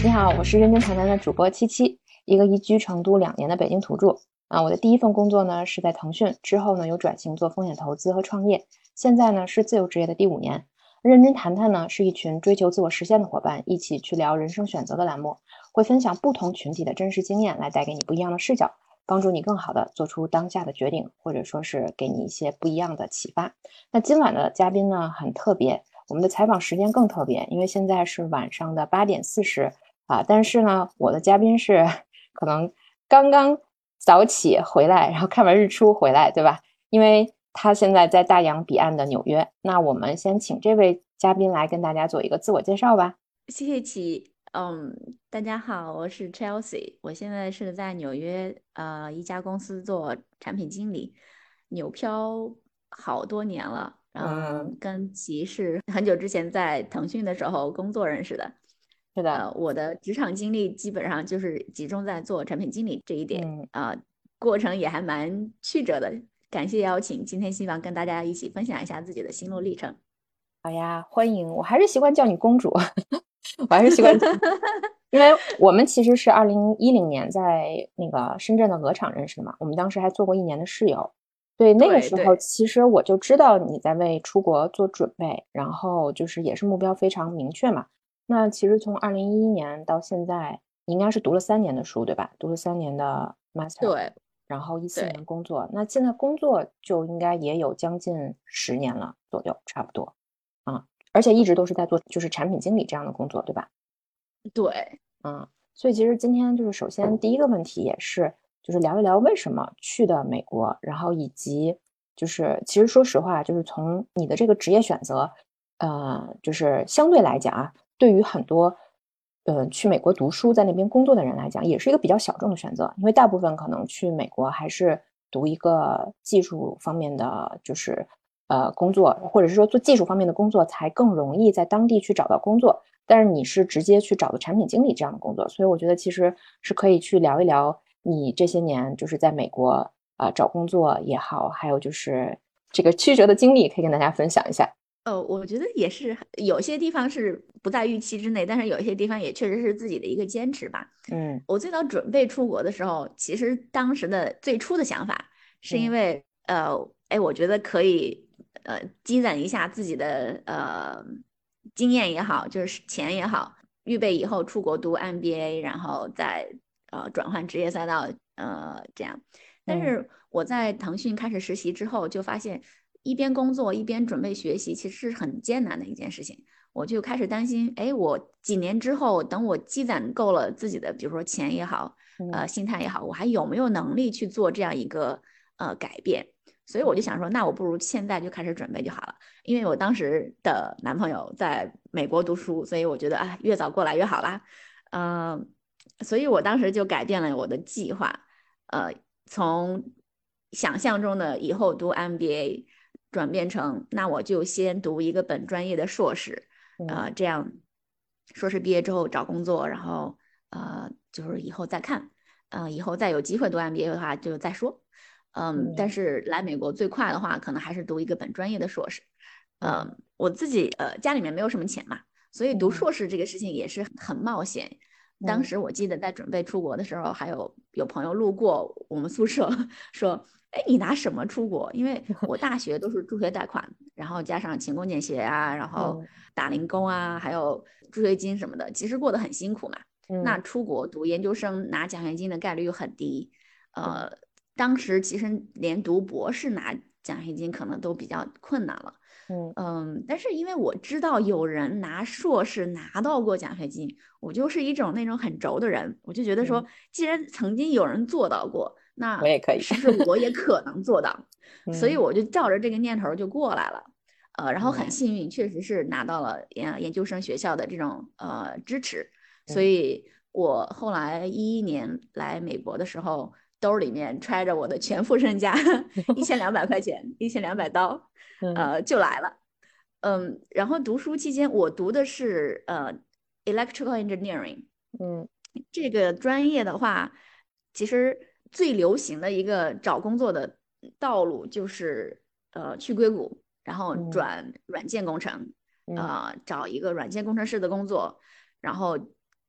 你好，我是认真谈谈的主播七七，一个移居成都2年的北京土著。我的第一份工作呢是在腾讯，之后呢有转型做风险投资和创业，现在呢是自由职业的第5年。认真谈谈呢是一群追求自我实现的伙伴，一起去聊人生选择的栏目，会分享不同群体的真实经验，来带给你不一样的视角，帮助你更好的做出当下的决定，或者说是给你一些不一样的启发。那今晚的嘉宾呢很特别，我们的采访时间更特别，因为现在是晚上的8点40。但是呢，我的嘉宾是可能刚刚早起回来，然后看完日出回来，对吧？因为他现在在大洋彼岸的纽约。那我们先请这位嘉宾来跟大家做一个自我介绍吧。 谢谢chị，大家好，我是 Chelsea，我现在是在纽约一家公司做产品经理，纽漂好多年了， 嗯， 跟琪是很久之前在腾讯的时候工作认识的， 是的。 我的职场经历基本上就是集中在做产品经理这一点， 嗯， 过程也还蛮曲折的，感谢邀请，今天希望跟大家一起分享一下自己的心路历程。 好呀，欢迎。我还是习惯叫你公主，我还是习惯叫你，因为我们其实是2010年在那个深圳的鹅厂认识的嘛，我们当时还做过1年的室友。对，那个时候对对， 其实我就知道你在为出国做准备，然后就是也是目标非常明确嘛。那其实从2011年到现在，你应该是读了3年的书，对吧？读了3年的 master， 对然后14年对。 工作，那现在工作就应该也有将近10年了左右，差不多啊。而且一直都是在做就是产品经理这样的工作，对吧？ 对， 所以其实今天就是首先第一个问题也是就是聊一聊为什么去的美国，然后以及就是其实说实话，就是从你的这个职业选择，就是相对来讲啊，对于很多去美国读书在那边工作的人来讲，也是一个比较小众的选择，因为大部分可能去美国还是读一个技术方面的，就是工作，或者是说做技术方面的工作才更容易在当地去找到工作。但是你是直接去找的产品经理这样的工作，所以我觉得其实是可以去聊一聊你这些年就是在美国找工作也好，还有就是这个曲折的经历，可以跟大家分享一下。 我觉得也是，有些地方是不在预期之内，但是有一些地方也确实是自己的一个坚持吧。 嗯我最早准备出国的时候，其实当时的最初的想法是因嗯为，哎，我觉得可以，积攒一下自己的经验也好，就是钱也好，预备以后出国读 MBA，然后再转换职业赛道，这样。但嗯是我在腾讯开始实习之后，就发现一边工作一边准备学习，其实是很艰难的一件事情。我就开始担心，哎，我几年之后，等我积攒够了自己的，比如说钱也好， 嗯心态也好，我还有没有能力去做这样一个改变？所以我就嗯想说，那我不如现在就开始准备就好了。因为我当时的男朋友在美国读书，所以我觉得啊，越早过来越好啦。嗯、所以我当时就改变了我的计划，从想象中的以后读 MBA 转变成，那我就先读一个本专业的硕士， 嗯这样硕士毕业之后找工作，然后就是以后再看，以后再有机会读 MBA 的话就再说。但嗯是来美国最快的话，可能还是读一个本专业的硕士。 嗯我自己家里面没有什么钱嘛，所以读嗯硕士这个事情也是很冒险。当嗯时我记得在准备出国的时候，还有朋友路过我们宿舍说：“哎，你拿什么出国？”因为我大学都是助学贷款，然后加上勤工俭学啊，然后嗯打零工啊，还有助学金什么的，其实过得很辛苦嘛。那嗯出国读研究生拿奖学金的概率又很低， 嗯呃，当时其实连读博士拿奖学金可能都比较困难了。 嗯但是因为我知道有人拿硕士拿到过奖学金，我就是一种那种很轴的人，我就觉得说， 嗯， 既然曾经有人做到过，那我也可以。 是不是我也可能做到？所以嗯， 我就照着这个念头就过来了。然后很明白。 幸运，确实是拿到了研究生学校的这种支持，所嗯以我后来2011年来美国的时候，兜里面揣着我的全副身家1200块钱，1200刀， 嗯就来了。然后读书期间，我读的是electrical engineering 嗯这个专业的话，其实最流行的一个找工作的道路就是去硅谷，然后嗯转软件工程， 嗯找一个软件工程师的工作，然后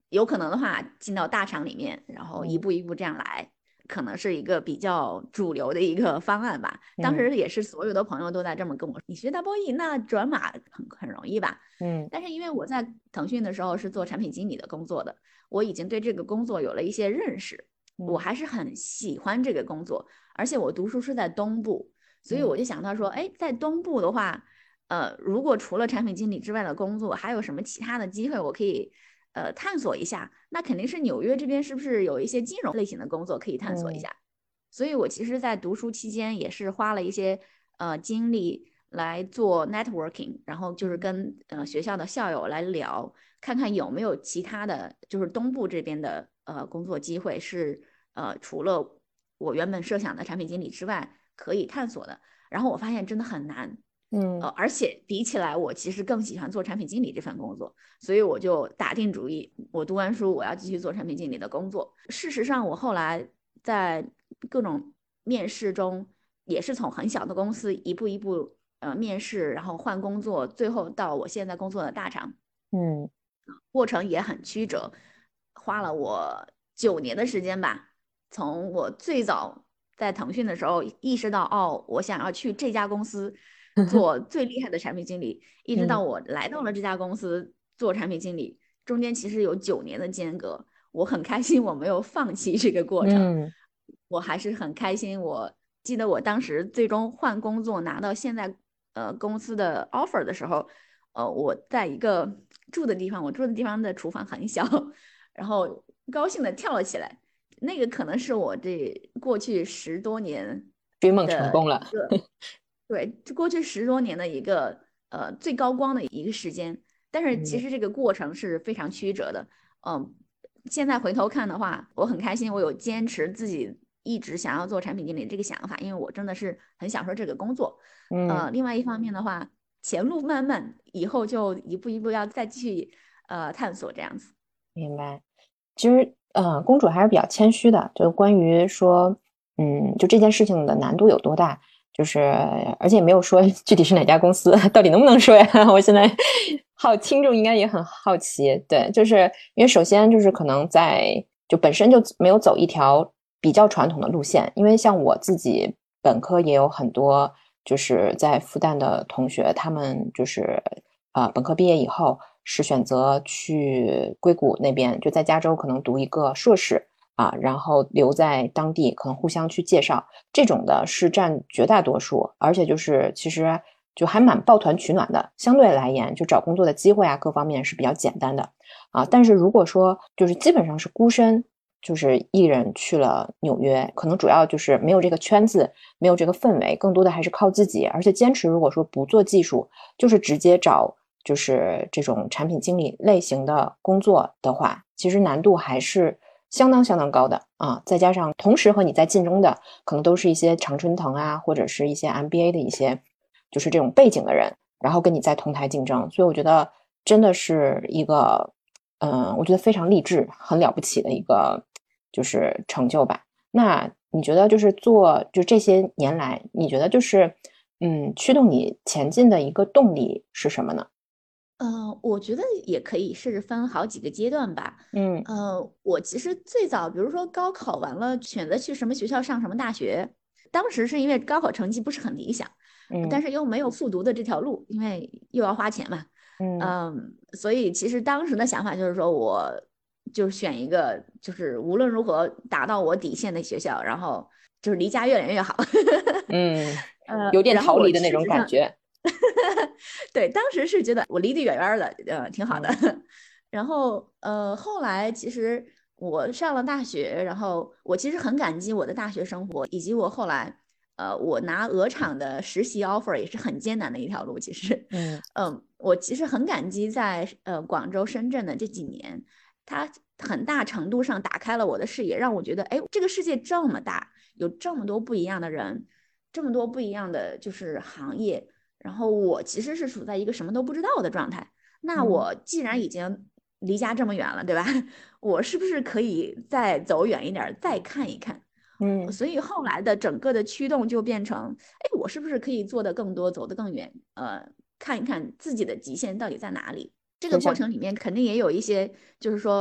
有可能的话进到大厂里面，然后一嗯步一步这样来，可能是一个比较主流的一个方案吧。当嗯时也是所有的朋友都在这么跟我说，你学 double E 那转码很容易吧？ 嗯但是因为我在腾讯的时候是做产品经理的工作的，我已经对这个工作有了一些认识，我嗯还是很喜欢这个工作，而且我读书是在东部，所以嗯我就想到说，哎，在东部的话，如果除了产品经理之外的工作，还有什么其他的机会我可以探索一下？那肯定是纽约这边是不是有一些金融类型的工作可以探索一嗯下？所以我其实，在读书期间也是花了一些精力来做 networking，然后就是嗯跟学校的校友来聊，看看有没有其他的就是东部这边的工作机会是除了我原本设想的产品经理之外可以探索的。然后我发现真的很难， 嗯而且比起来，我其实更喜欢做产品经理这份工作，所以我就打定主意，我读完书我要继续做产品经理的工作。事实上，我后来在各种面试中，也是从很小的公司一步一步面试，然后换工作，最后到我现在工作的大厂， 嗯过程也很曲折，花了我9年的时间吧。从我最早在腾讯的时候意识到，哦，我想要去这家公司做最厉害的产品经理，一直到嗯我来到了这家公司做产品经理，中间其实有9年的间隔。我很开心，我没有放弃这个过程， 嗯我还是很开心。我记得我当时最终换工作拿到现在公司的 offer 的时候，我在一个住的地方，我住的地方的厨房很小，然后高兴的跳了起来。那个可能是我这过去10多年追梦成的功了。 一个，对，过去10多年的一个最高光的一个时间。但是其嗯实这个过程是非常曲折的，嗯，现在回头看的话，我很开心，我有坚持自己一直想要做产品经理这个想法，因为我真的是很享受这个工作。 嗯， 另外一方面的话，前路漫漫，以后就一步一步要再继续探索这样子。 明白。其实，公主还是比较谦虚的，就关于说，就这件事情的难度有多大，就是而且也没有说具体是哪家公司，到底能不能说呀？我现在听众应该也很好奇，对，就是因为首先就是可能就本身就没有走一条比较传统的路线，因为像我自己本科也有很多就是在复旦的同学，他们就是本科毕业以后。是选择去硅谷那边，就在加州可能读一个硕士啊，然后留在当地，可能互相去介绍，这种的是占绝大多数，而且就是其实就还蛮抱团取暖的，相对来言，就找工作的机会啊，各方面是比较简单的啊。但是如果说就是基本上是孤身，就是一人去了纽约，可能主要就是没有这个圈子，没有这个氛围，更多的还是靠自己，而且坚持，如果说不做技术，就是直接找。就是这种产品经理类型的工作的话，其实难度还是相当相当高的啊！再加上同时和你在竞争的，可能都是一些常春藤啊，或者是一些 MBA 的一些，就是这种背景的人，然后跟你在同台竞争，所以我觉得真的是一个，我觉得非常励志、很了不起的一个就是成就吧。那你觉得就是就这些年来，你觉得就是驱动你前进的一个动力是什么呢？ 我觉得也可以是分好几个阶段吧。 嗯我其实最早，比如说高考完了，选择去什么学校上什么大学，当时是因为高考成绩不是很理想，但嗯是又没有复读的这条路，因为又要花钱嘛。 嗯所以其实当时的想法就是说，我就选一个就是无论如何达到我底线的学校，然后就是离家越远越好。 嗯，有点然后我逃离的那种事实上， 感觉。 对，当时是觉得我离得远远的，挺好的。 嗯然后后来其实我上了大学，然后我其实很感激我的大学生活，以及我后来我拿鹅厂的实习 offer 也是很艰难的一条路。其实， 嗯我其实很感激在广州、深圳的这几年，它很大程度上打开了我的视野，让我觉得，哎，这个世界这么大，有这么多不一样的人，这么多不一样的就是行业。然后我其实是处在一个什么都不知道的状态。那嗯我既然已经离家这么远了，对吧？我是不是可以再走远一点，再看一看？ 嗯， 所以后来的整个的驱动就变成，哎，我是不是可以做得更多，走得更远？看一看自己的极限到底在哪里？这个过就像程里面肯定也有一些，就是说，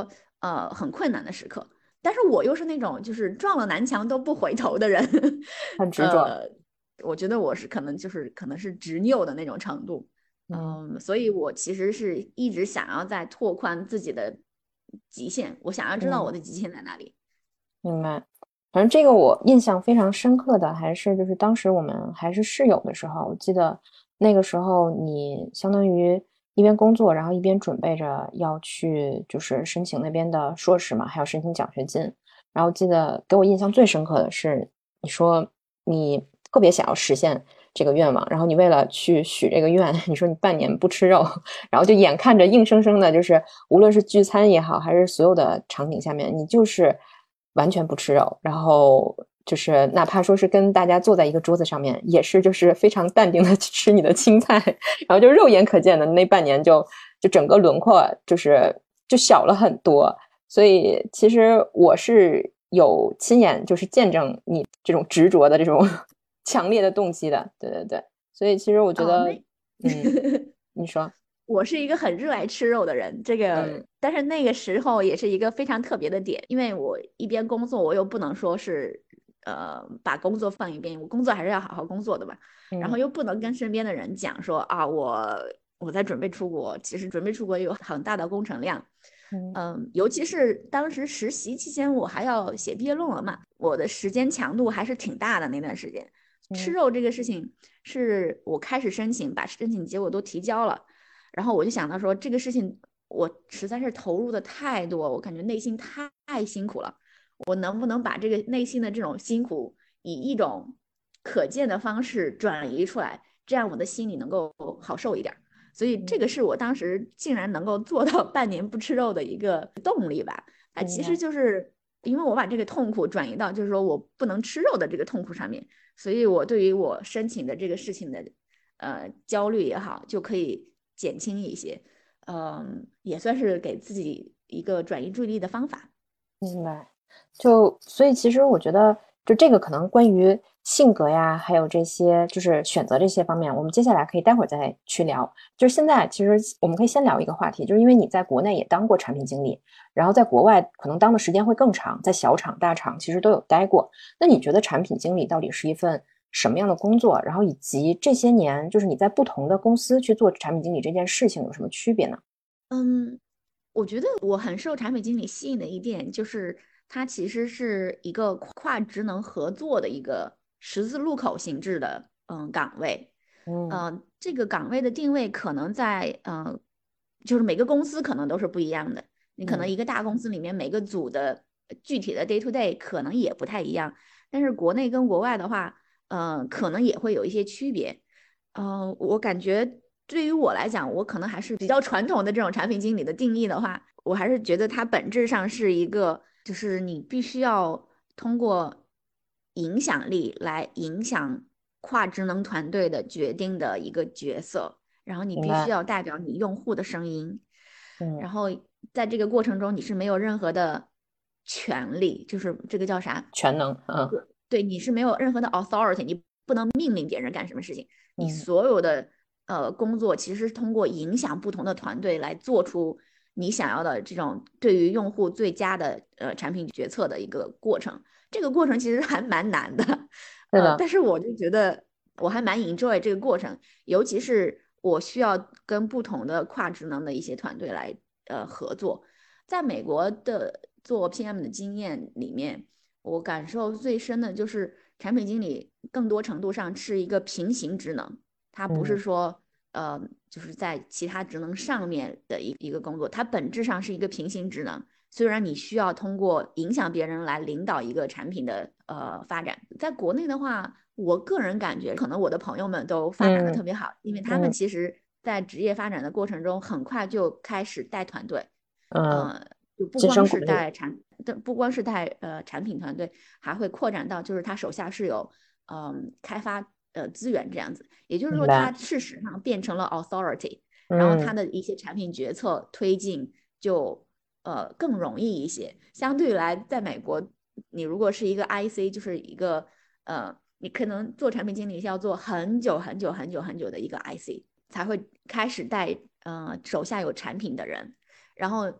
很困难的时刻。但是我又是那种就是撞了南墙都不回头的人， 很执着。 我觉得我是可能是执拗的那种程度， 嗯所以我其实是一直想要在拓宽自己的极限，我想要知道我嗯， 的极限在哪里。 明白。反正这个我印象非常深刻的，还是就是当时我们还是室友的时候，我记得那个时候你相当于一边工作，然后一边准备着要去就是申请那边的硕士嘛，还要申请奖学金。然后记得给我印象最深刻的是，你说你特别想要实现这个愿望，然后你为了去许这个愿，你说你半年不吃肉，然后就眼看着硬生生的，就是无论是聚餐也好，还是所有的场景下面，你就是完全不吃肉，然后就是哪怕说是跟大家坐在一个桌子上面，也是就是非常淡定的吃你的青菜，然后就肉眼可见的那半年就整个轮廓就小了很多。所以其实我是有亲眼就是见证你这种执着的这种强烈的动机的，对对对。所以其实我觉哦， 得， 那你说。 我是一个很热爱吃肉的人，这个， 嗯但是那个时候也是一个非常特别的点，因为我一边工作，我又不能说是，把工作放一边，我工作还是要好好工作的吧，然后嗯又不能跟身边的人讲说啊，我在准备出国，其实准备出国有很大的工程量， 嗯尤其是当时实习期间，我还要写毕业论文嘛，我的时间强度还是挺大的那段时间。吃嗯肉这个事情，是我开始申请，把申请结果都提交了。然后我就想到说，这个事情我实在是投入的太多，我感觉内心太辛苦了。我能不能把这个内心的这种辛苦，以一种可见的方式转移出来，这样我的心里能够好受一点。所以这嗯， 个是我当时竟然能够做到半年不吃肉的一个动力吧。啊，其实明白。 就是因为我把这个痛苦转移到就是说我不能吃肉的这个痛苦上面，所以我对于我申请的这个事情的焦虑也好，就可以减轻一些，也算是给自己一个转移注意力的方法。 明白。所以其实我觉得，就这个可能关于性格呀，还有这些就是选择这些方面，我们接下来可以待会儿再去聊。就是现在其实我们可以先聊一个话题，就是因为你在国内也当过产品经理，然后在国外可能当的时间会更长，在小厂、大厂其实都有待过。那你觉得产品经理到底是一份什么样的工作？然后以及这些年就是你在不同的公司去做产品经理这件事情有什么区别呢？ 嗯，我觉得我很受产品经理吸引的一点就是，它其实是一个跨职能合作的一个十字路口形制的岗位。 嗯这个岗位的定位可能在就是每个公司可能都是不一样的。你可能嗯一个大公司里面每个组的具体的 day to day 可能也不太一样，但是国内跟国外的话，可能也会有一些区别。我感觉对于我来讲，我可能还是比较传统的这种产品经理的定义的话，我还是觉得它本质上是一个，就是你必须要通过影响力来影响跨职能团队的决定的一个角色，然后你必须明白。 要代表你用户的声音， 嗯， 然后在这个过程中你是没有任何的权利，就是这个叫啥？ 全能。 对，你是没有任何的 authority，你不能命令别人干什么事情。你嗯所有的工作其实是通过影响不同的团队来做出你想要的这种对于用户最佳的产品决策的一个过程。这个过程其实还蛮难的， 是的。 但是我就觉得我还蛮 enjoy 这个过程，尤其是我需要跟不同的跨职能的一些团队来合作。在美国的做 PM 的经验里面，我感受最深的就是产品经理更多程度上是一个平行职能，它不是嗯说就是在其他职能上面的一个工作，它本质上是一个平行职能。虽然你需要通过影响别人来领导一个产品的发展，在国内的话，我个人感觉可能我的朋友们都发展的嗯特别好，因为他们嗯其实在职业发展的过程中很快就开始带团队， 嗯， 呃，就不晋光是升管理。 不光是带产品团队，还会扩展到就是他手下是有开发资源这样子，也就是说他明白。 事实上变成了 authority，然后他嗯的一些产品决策推进就更容易一些。相对来，在美国，你如果是一个 IC，就是一个你可能做产品经理是要做很久很久很久很久的一个 IC，才会开始带手下有产品的人，然后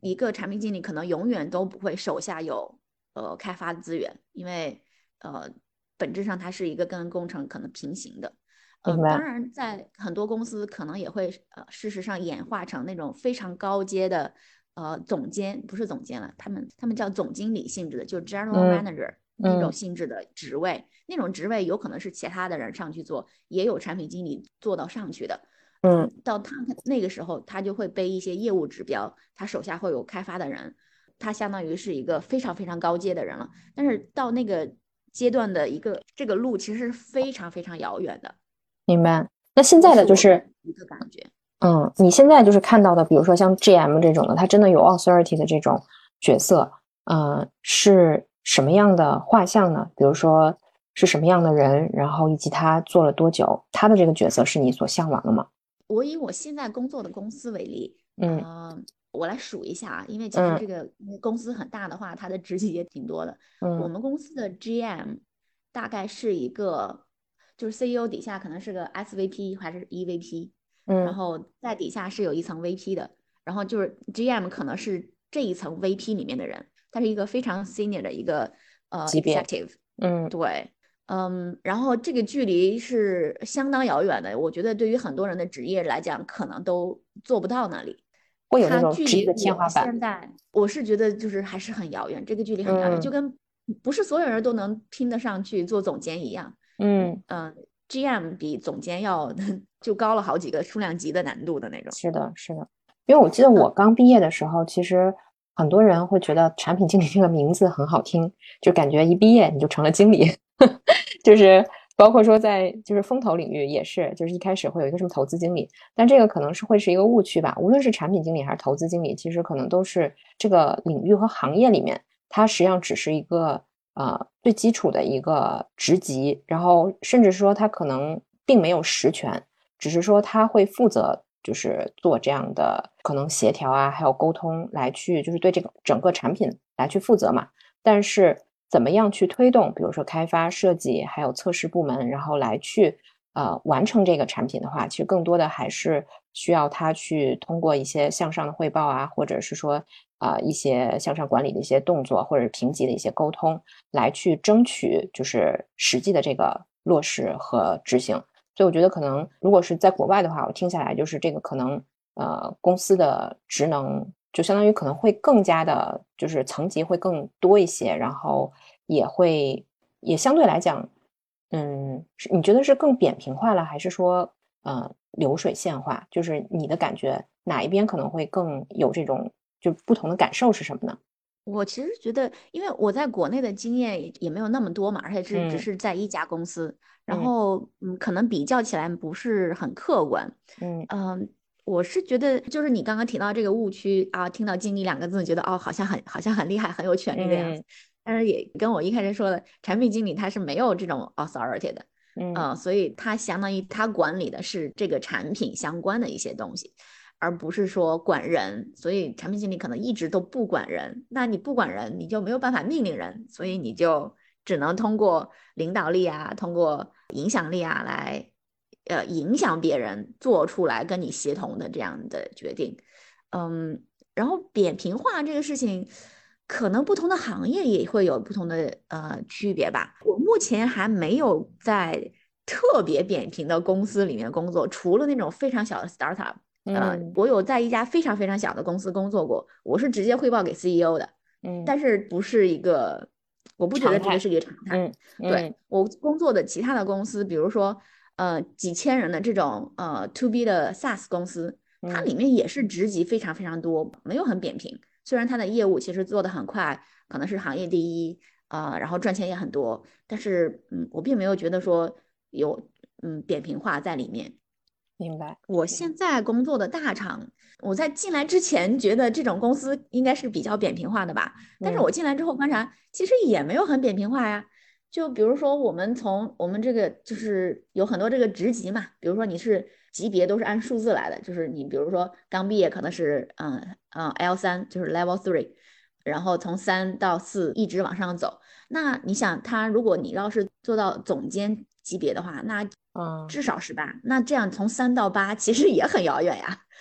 一个产品经理可能永远都不会手下有开发的资源，因为本质上它是一个跟工程可能平行的。当明白。 然，在很多公司可能也会事实上演化成那种非常高阶的总监，不是总监了，他们叫总经理性质的，就 general 嗯 manager 那种嗯性质的职位，那种职位有可能是其他的人上去做，也有产品经理做到上去的。 嗯， 到他那个时候，他就会背一些业务指标，他手下会有开发的人，他相当于是一个非常非常高阶的人了。但是到那个阶段的这个路其实是非常非常遥远的。 明白。那现在的这是我就是一个感觉。 你现在就是看到的，比如说像 GM 这种的，他真的有 authority 的这种角色，是什么样的画像呢？比如说是什么样的人，然后以及他做了多久，他的这个角色是你所向往的吗？ 我以我现在工作的公司为例， 嗯我来数一下啊，因为其实嗯这个公司很大的话，它的职级也挺多的。我嗯们公司的 GM 大概是一个，就是 CEO 底下可能是个 SVP 还是 EVP，然嗯， 后在底下是有一层 VP 的，然后就是 GM 可能是这一层 VP 里面的人，他是一个非常 senior 的一个级别， executive， 嗯， 对。然后这个距离是相当遥远的，我觉得对于很多人的职业来讲，可能都做不到那里。 会有那它种职业的距离我天花板。 现在，我是觉得就是还是很遥远，这个距离很遥远，就嗯跟不是所有人都能拼得上去做总监一样。 嗯， GM 比总监要就高了好几个数量级的难度的那种。 是的，是的。因为我记得我嗯， 刚毕业的时候，其实很多人会觉得产品经理这个名字很好听，就感觉一毕业你就成了经理。就是包括说在就是风投领域也是，就是一开始会有一个什么投资经理，但这个可能是会是一个误区吧。无论是产品经理还是投资经理，其实可能都是这个领域和行业里面，它实际上只是一个最基础的一个职级，然后甚至说它可能并没有实权，只是说他会负责就是做这样的可能协调啊，还有沟通来去就是对这个整个产品来去负责嘛。但是怎么样去推动，比如说开发、设计，还有测试部门，然后来去完成这个产品的话，其实更多的还是需要他去通过一些向上的汇报啊，或者是说一些向上管理的一些动作，或者评级的一些沟通，来去争取就是实际的这个落实和执行。所以我觉得可能如果是在国外的话，我听下来就是这个可能公司的职能就相当于可能会更加的，就是层级会更多一些，然后也相对来讲，你觉得是更扁平化了，还是说流水线化？就是你的感觉哪一边可能会更有这种就不同的感受是什么呢？ 我其实觉得，因为我在国内的经验也没有那么多嘛，而且只嗯是在一家公司，然嗯后可能比较起来不是很客观。 嗯嗯，我是觉得，就是你刚刚提到这个误区啊，听到经理两个字，觉得哦，好像很厉害，很有权利的样子。 嗯但是也跟我一开始说的，产品经理他是没有这种 authority 的， 嗯， 所以他相当于他管理的是这个产品相关的一些东西。而不是说管人，所以产品经理可能一直都不管人。那你不管人，你就没有办法命令人，所以你就只能通过领导力啊，通过影响力啊来影响别人做出来跟你协同的这样的决定。嗯，然后扁平化这个事情，可能不同的行业也会有不同的区别吧。我目前还没有在特别扁平的公司里面工作，除了那种非常小的 startup。 嗯我有在一家非常非常小的公司工作过，我是直接汇报给 CEO 的， 嗯， 但是不是一个，我不觉得常态。 这个是一个常态。 嗯对， 嗯我工作的其他的公司，比如说几千人的这种to B 的 SaaS 公司，它嗯， 里面也是职级非常非常多，没有很扁平。虽然它的业务其实做得很快，可能是行业第一，然后赚钱也很多，但是我并没有觉得说有扁平化在里面。 明白。 我现在工作的大厂，我在进来之前觉得这种公司应该是比较扁平化的吧，但是嗯我进来之后观察，其实也没有很扁平化呀。就比如说，我们这个就是有很多这个职级嘛，比如说你是级别都是按数字来的，就是你比如说刚毕业可能是L3，就是 Level 3，然后从3到4一直往上走。那你想，如果你要是做到总监级别的话，那嗯。 至少18，那这样从3到8其实也很遥远呀。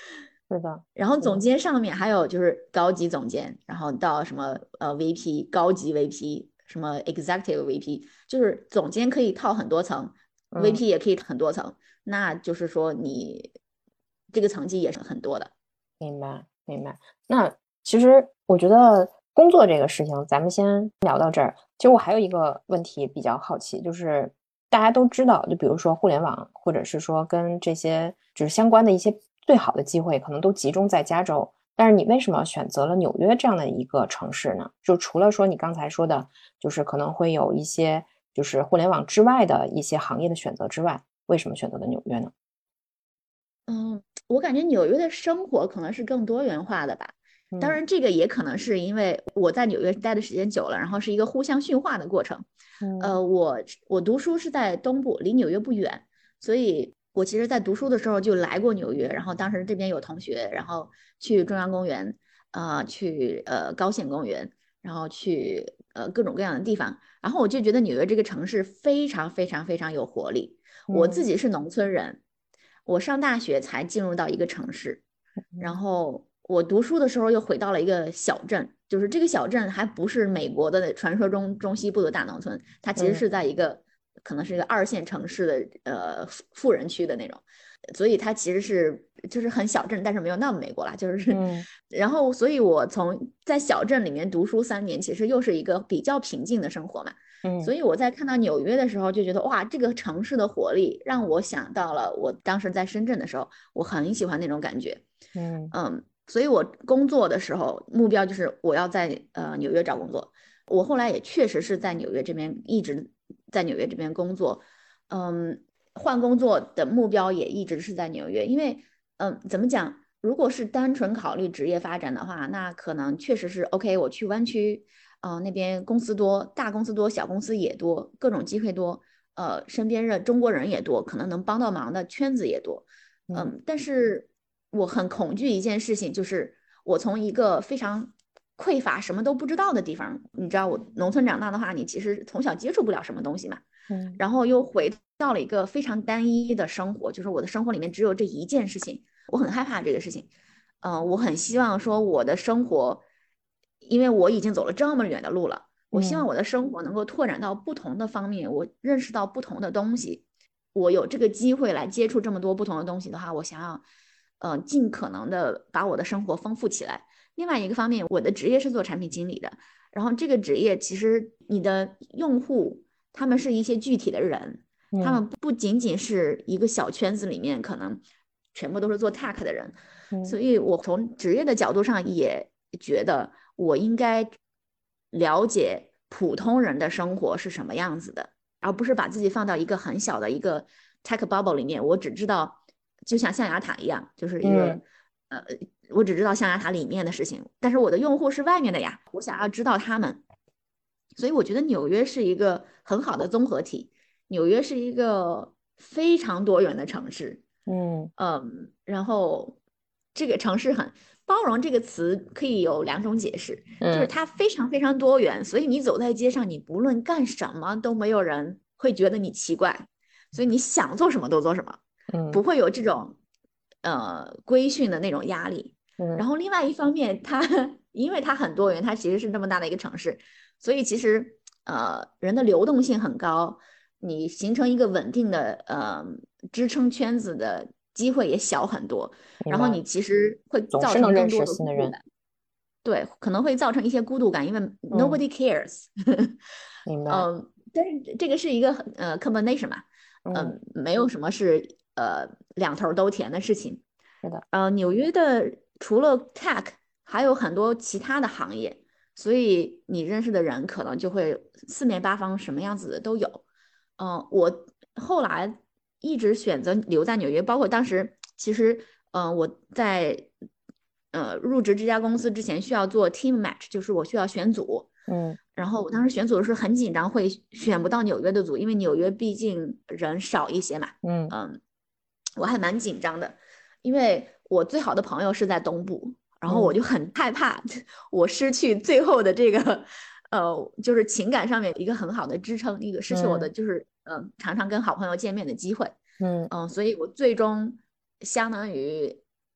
是的， 然后总是的， 监上面还有就是高级总监，然后到什么VP、高级 VP、什么 Executive VP，就是总监可以套很多层嗯。 ，VP 也可以很多层，那就是说你这个层级也是很多的。 明白，明白。那其实我觉得工作这个事情，咱们先聊到这儿。其实我还有一个问题比较好奇，就是大家都知道，就比如说互联网，或者是说跟这些就是相关的一些最好的机会，可能都集中在加州。但是你为什么选择了纽约这样的一个城市呢？就除了说你刚才说的，就是可能会有一些就是互联网之外的一些行业的选择之外，为什么选择了纽约呢？ 我感觉纽约的生活可能是更多元化的吧。当嗯然，这个也可能是因为我在纽约待的时间久了，然后是一个互相驯化的过程。 嗯我读书是在东部，离纽约不远，所以我其实在读书的时候就来过纽约，然后当时这边有同学，然后去中央公园，去高县公园，然后去各种各样的地方，然后我就觉得纽约这个城市非常非常非常有活力。我自嗯己是农村人，我上大学才进入到一个城市，然嗯后我读书的时候又回到了一个小镇，就是这个小镇还不是美国的传说中中西部的大农村，它其实嗯是在一个可能是一个2线城市的富人区的那种，所以它其实是就是很小镇，但是没有那么美国啦，就是嗯然后所以我从在小镇里面读书3年，其实又是一个比较平静的生活嘛。 嗯所以我在看到纽约的时候，就觉得哇，这个城市的活力让我想到了我当时在深圳的时候，我很喜欢那种感觉。 嗯所以我工作的时候目标就是我要在纽约找工作。我后来也确实是在纽约这边一直在纽约这边工作，换工作的目标也一直是在纽约，因为怎么讲？如果是单纯考虑职业发展的话，那可能确实是 OK。我去湾区，那边公司多，大公司多，小公司也多，各种机会多，身边的中国人也多，可能能帮到忙的圈子也多。 嗯但是我很恐惧一件事情，就是我从一个非常匮乏、什么都不知道的地方，你知道，我农村长大的话，你其实从小接触不了什么东西嘛， 嗯然后又回到了一个非常单一的生活，就是我的生活里面只有这一件事情，我很害怕这个事情。我很希望说我的生活，因为我已经走了这么远的路了，我希望嗯我的生活能够拓展到不同的方面，我认识到不同的东西。我有这个机会来接触这么多不同的东西的话，我想要，尽可能的把我的生活丰富起来。另外一个方面，我的职业是做产品经理的，然后这个职业其实你的用户他们是一些具体的人，他嗯们不仅仅是一个小圈子里面可能全部都是做 tech 的人，所嗯以我从职业的角度上也觉得我应该了解普通人的生活是什么样子的，而不是把自己放到一个很小的一个 tech bubble 里面。我只知道，就像象牙塔一样，就是一个嗯呃，我只知道象牙塔里面的事情，但是我的用户是外面的呀，我想要知道他们。所以我觉得纽约是一个很好的综合体，纽约是一个非常多元的城市。 嗯然后这个城市很包容，这个词可以有2种解释，就是嗯它非常非常多元，所以你走在街上，你不论干什么都没有人会觉得你奇怪，所以你想做什么都做什么，不嗯会有这种规训的那种压力。然嗯后另外一方面，它因为它很多元，它其实是这么大的一个城市，所以其实人的流动性很高，你形成一个稳定的支撑圈子的机会也小很多， 明白， 然后你其实会总造是能认识成更多的新的人。 孤独感，对，可能会造成一些孤独感，因为嗯， nobody cares。 明白。 但是这个是一个combination 嘛， 嗯， 没有什么是两头都甜的事情。 是的。 纽约的除了 tech，还有很多其他的行业，所以你认识的人可能就会四面八方什么样子的都有。我后来一直选择留在纽约，包括当时其实，我在入职这家公司之前需要做 team match，就是我需要选组。 嗯然后我当时选组的时候很紧张，会选不到纽约的组，因为纽约毕竟人少一些嘛。 嗯嗯，我还蛮紧张的，因为我最好的朋友是在东部，然后我嗯就很害怕我失去最后的这个，就是情感上面一个很好的支撑，一个失去我的嗯就是常常跟好朋友见面的机会。 嗯所以我最终相当于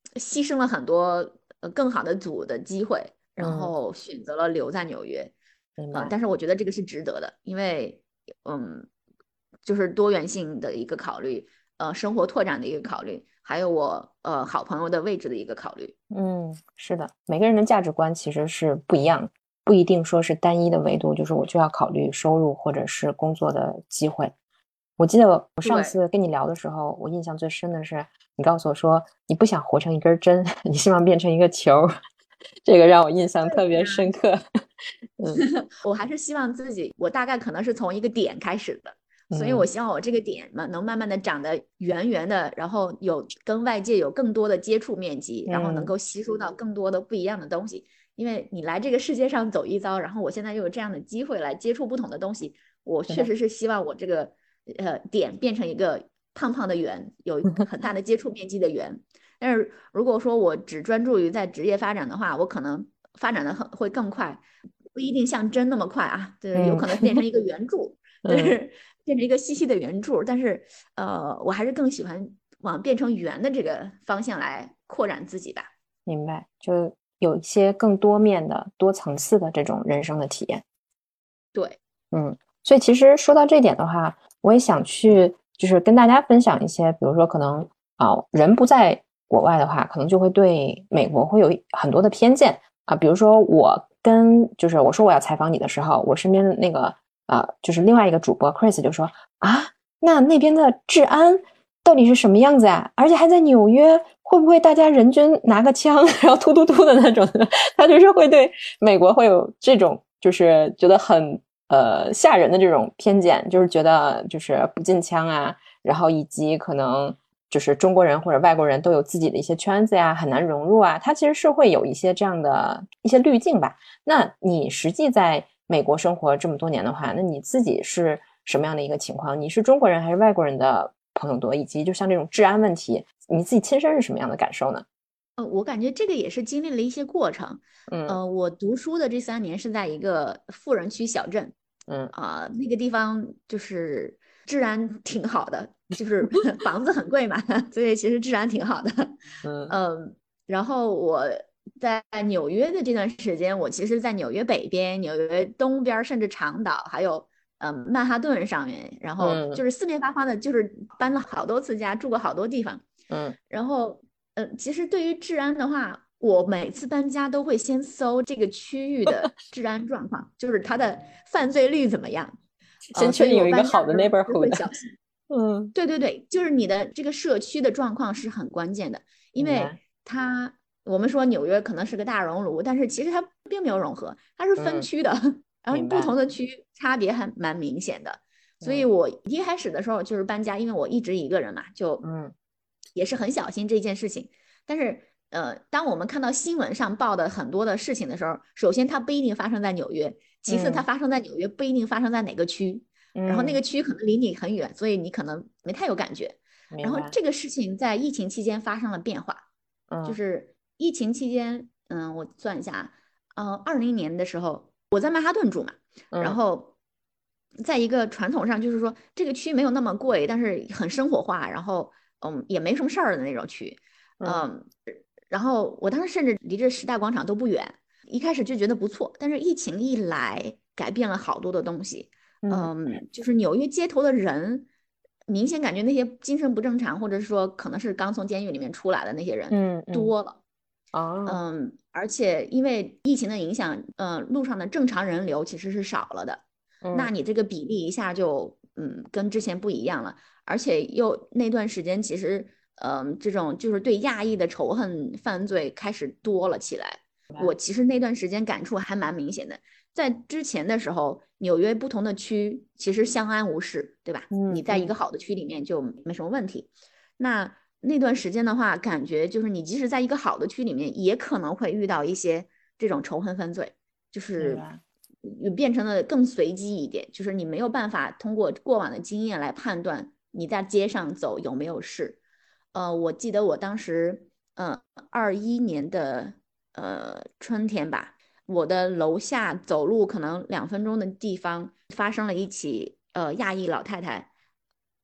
牺牲了很多更好的组的机会，然嗯， 后选择了留在纽约。 明白。 但是我觉得这个是值得的，因为嗯，就是多元性的一个考虑，生活拓展的一个考虑，还有我好朋友的位置的一个考虑。 嗯，是的，每个人的价值观其实是不一样的，不一定说是单一的维度，就是我就要考虑收入或者是工作的机会。我记得我上对， 次跟你聊的时候，我印象最深的是你告诉我说你不想活成一根针，你希望变成一个球，这个让我印象特别深刻。嗯我还是希望自己，我大概可能是从一个点开始的，所以我嗯， 希望我这个点嘛，能慢慢的长得圆圆的，然后有跟外界有更多的接触面积，然后能嗯， 够吸收到更多的不一样的东西。因为你来这个世界上走一遭，然后我现在又有这样的机会来接触不同的东西，我是的。 确实是希望我这个点变成一个胖胖的圆，有很大的接触面积的圆。但是如果说我只专注于在职业发展的话，我可能发展的会更快，不一定像针那么快啊，就是有嗯可能变成一个圆柱，就嗯， 是变成一个细细的圆柱。但是我还是更喜欢往变成圆的这个方向来扩展自己吧。 明白，就有一些更多面的、多层次的这种人生的体验。 对， 嗯，所以其实说到这点的话，我也想去，就是跟大家分享一些，比如说可能人不在国外的话，可能就会对美国会有很多的偏见啊。比如说就是我说我要采访你的时候，我身边的那个就是另外一个主播 Chris 就说啊，那边的治安到底是什么样子呀？而且还在纽约，会不会大家人均拿个枪，然后突突突的那种？他就是会对美国会有这种，就是觉得很吓人的这种偏见，就是觉得就是不禁枪啊，然后以及可能就是中国人或者外国人都有自己的一些圈子呀，很难融入啊，它其实是会有一些这样的一些滤镜吧。那你实际在美国生活这么多年的话，那你自己是什么样的一个情况？你是中国人还是外国人的朋友多？以及就像这种治安问题，你自己亲身是什么样的感受呢？ 我感觉这个也是经历了一些过程。 嗯我读书的这3年是在一个富人区小镇， 嗯那个地方就是治安挺好的，就是房子很贵嘛，所以其实治安挺好的。 嗯嗯，然后我在纽约的这段时间，我其实在纽约北边、纽约东边，甚至长岛，还有曼哈顿上面，然后就嗯是四面八方的，就是搬了好多次家，住过好多地方。 嗯然后，其实对于治安的话，我每次搬家都会先搜这个区域的治安状况，就是它的犯罪率怎么样。 先确定有所以我一个好的搬家的时候其实会 neighborhood。 小心。 嗯， 对对对，就是你的这个社区的状况是很关键的，因为明白， 我们说纽约可能是个大熔炉，但是其实它并没有融合，它是分嗯， 区的，然后明白， 不同的区差别还蛮明显的。所以嗯我一开始的时候就是搬家，因为我一直一个人嘛，就嗯也是很小心这件事情。但是当我们看到新闻上报的很多的事情的时候，首先它不一定发生在纽约，其次它嗯发生在纽约不一定发生在哪个区，然后那嗯， 个区可能离你很远，所以你可能没太有感觉。然后明白， 这个事情在疫情期间发生了变化，就嗯是疫情期间，我算一下20年的时候，我在曼哈顿住嘛，然嗯后在一个传统上就是说这个区没有那么贵，但是很生活化，然后也没什么事儿的那种区， 嗯嗯，然后我当时甚至离这时代广场都不远，一开始就觉得不错，但是疫情一来，改变了好多的东西。 嗯就是纽约街头的人，明显感觉那些精神不正常，或者是说可能是刚从监狱里面出来的那些人嗯嗯， 多了。 哦， 而且因为疫情的影响，路上的正常人流其实是少了的，那嗯你这个比例一下就跟之前不一样了，而且又那段时间其实这种就是对亚裔的仇恨犯罪开始多了起来。 明白， 我其实那段时间感触还蛮明显的，在之前的时候，纽约不同的区其实相安无事，对吧？你在一嗯嗯个好的区里面就没什么问题。那段时间的话，感觉就是你即使在一个好的区里面，也可能会遇到一些这种仇恨犯罪，就是明白， 变成了更随机一点，就是你没有办法通过过往的经验来判断你在街上走有没有事。我记得我当时，21年的春天吧，我的楼下走路可能2分钟的地方发生了一起亚裔老太太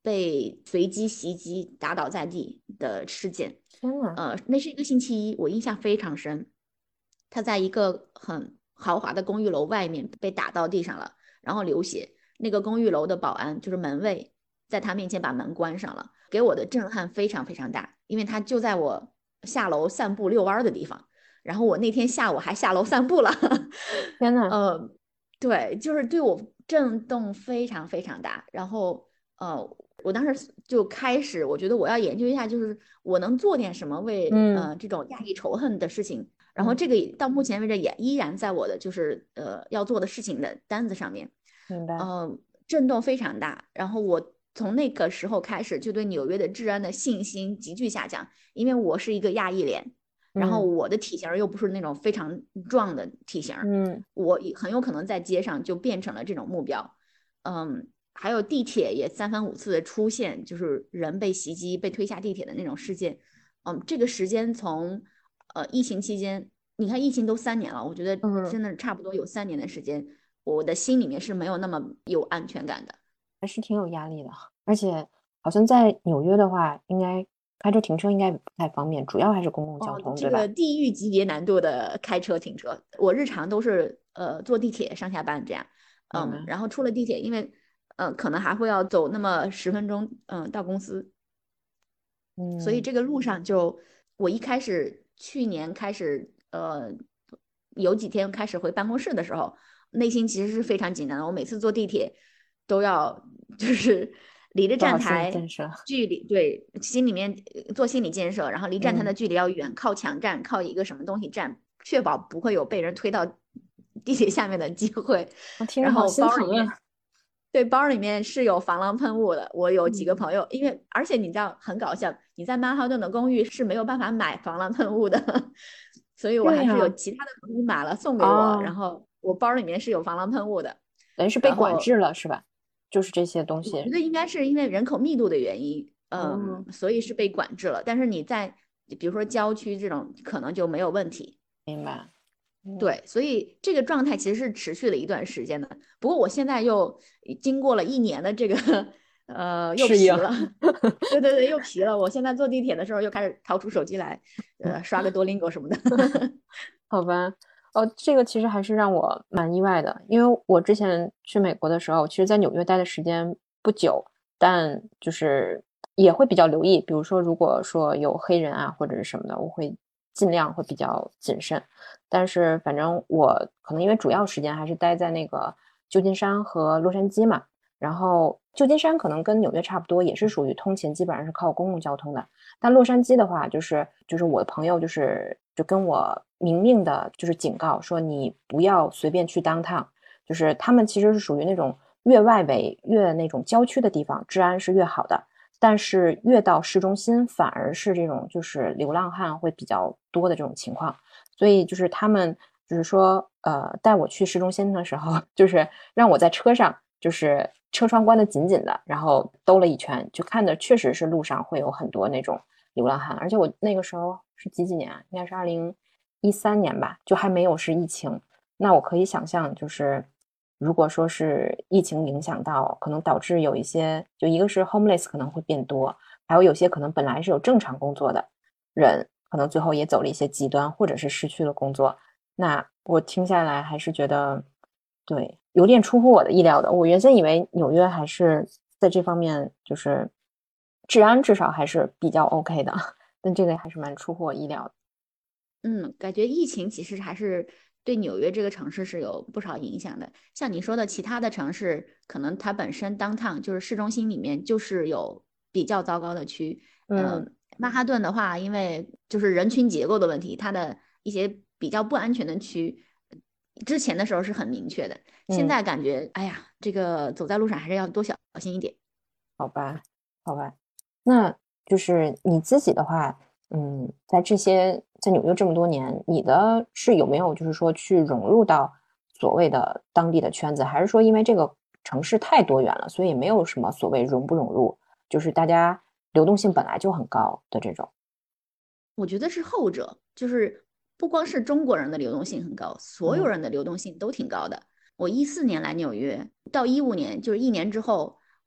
被随机袭击打倒在地的事件。 天呐， 那是一个星期一，我印象非常深。他在一个很豪华的公寓楼外面被打到地上了，然后流血。那个公寓楼的保安就是门卫，在他面前把门关上了，给我的震撼非常非常大，因为他就在我下楼散步遛弯的地方。然后我那天下午还下楼散步了， 天呐， 呃，对，就是对我震动非常非常大。然后我当时就开始，我觉得我要研究一下，就是我能做点什么为嗯这种亚裔仇恨的事情。然后嗯， 这个到目前为止也依然在我的就是要做的事情的单子上面， 明白， 呃，震动非常大。然后我从那个时候开始就对纽约的治安的信心急剧下降，因为我是一个亚裔脸，然后嗯我的体型又不是那种非常壮的体型， 嗯我很有可能在街上就变成了这种目标。还有地铁也三番五次的出现，就是人被袭击、被推下地铁的那种事件。这个时间从疫情期间，你看疫情都3年了，我觉得嗯， 真的差不多有3年的时间，我的心里面是没有那么有安全感的。 还是挺有压力的。而且好像在纽约的话，应该开车停车应该不太方便，主要还是公共交哦， 通， 这个对吧？ 地狱级别难度的开车停车，我日常都是坐地铁上下班这样。 明白。 然后出了地铁，因为可能还会要走那么10分钟，到公司，所以嗯这个路上就我一开始去年开始有几天开始回办公室的时候，内心其实是非常紧张的。我每次坐地铁都要就是离着站做好心理台建设。 距离，对，心里面做心理建设，然后离站台嗯， 的距离要远，靠墙站，靠一个什么东西站，确保不会有被人推到地铁下面的机会。 我听着好然后心疼包里面啊。 对，包里面是有防狼喷雾的。我有几个嗯， 朋友，因为而且你知道很搞笑，你在曼哈顿的公寓是没有办法买防狼喷雾的，所以我还是有对呀， 其他的朋友买了送给我，然啊， 后我包里面是有防狼喷雾的。 等于是被然后管制了，是吧？就是这些东西。 我觉得应该是因为人口密度的原因， 哦， 所以是被管制了。但是你在比如说郊区这种可能就没有问题。 明白。嗯， 对，所以这个状态其实是持续了一段时间的。不过我现在又经过了1年的这个，又适应。 皮了。对对对，又皮了。我现在坐地铁的时候又开始掏出手机来，刷个多邻国什么的。 好吧。哦，这个其实还是让我蛮意外的，因为我之前去美国的时候，其实在纽约待的时间不久，但就是也会比较留意，比如说如果说有黑人啊或者是什么的，我会尽量会比较谨慎。但是反正我可能因为主要时间还是待在那个旧金山和洛杉矶嘛，然后旧金山可能跟纽约差不多，也是属于通勤基本上是靠公共交通的。但洛杉矶的话，就是我的朋友就跟我明令的就是警告说，你不要随便去 downtown，就是他们其实是属于那种越外围越那种郊区的地方，治安是越好的。但是越到市中心，反而是这种就是流浪汉会比较多的这种情况。所以就是他们就是说，带我去市中心的时候，就是让我在车上，就是车窗关得紧紧的，然后兜了一圈，就看着确实是路上会有很多那种流浪汉。而且我那个时候是几年啊，应该是2013年吧，就还没有是疫情。那我可以想象，就是如果说是疫情影响到，可能导致有一些，就一个是 homeless 可能会变多，还有些可能本来是有正常工作的人，可能最后也走了一些极端，或者是失去了工作。那我听下来还是觉得，对，有点出乎我的意料的。我原先以为纽约还是在这方面就是治安至少还是比较 OK 的，但这个还是蛮出乎我意料的。 感觉疫情其实还是对纽约这个城市是有不少影响的。像你说的，其他的城市可能它本身 downtown 就是市中心里面就是有比较糟糕的区。 嗯曼哈顿的话，因为就是人群结构的问题，它的一些比较不安全的区，之前的时候是很明确的。现嗯， 在感觉，哎呀，这个走在路上还是要多小心一点。 好吧，好吧。那就是你自己的话，在在纽约这么多年，你的是有没有就是说去融入到所谓的当地的圈子，还是说因为这个城市太多元了，所以没有什么所谓融不融入，就是大家流动性本来就很高的这种？ 我觉得是后者，就是不光是中国人的流动性很高，所有嗯人的流动性都挺高的。我14年来纽约，到15年就是1年之后，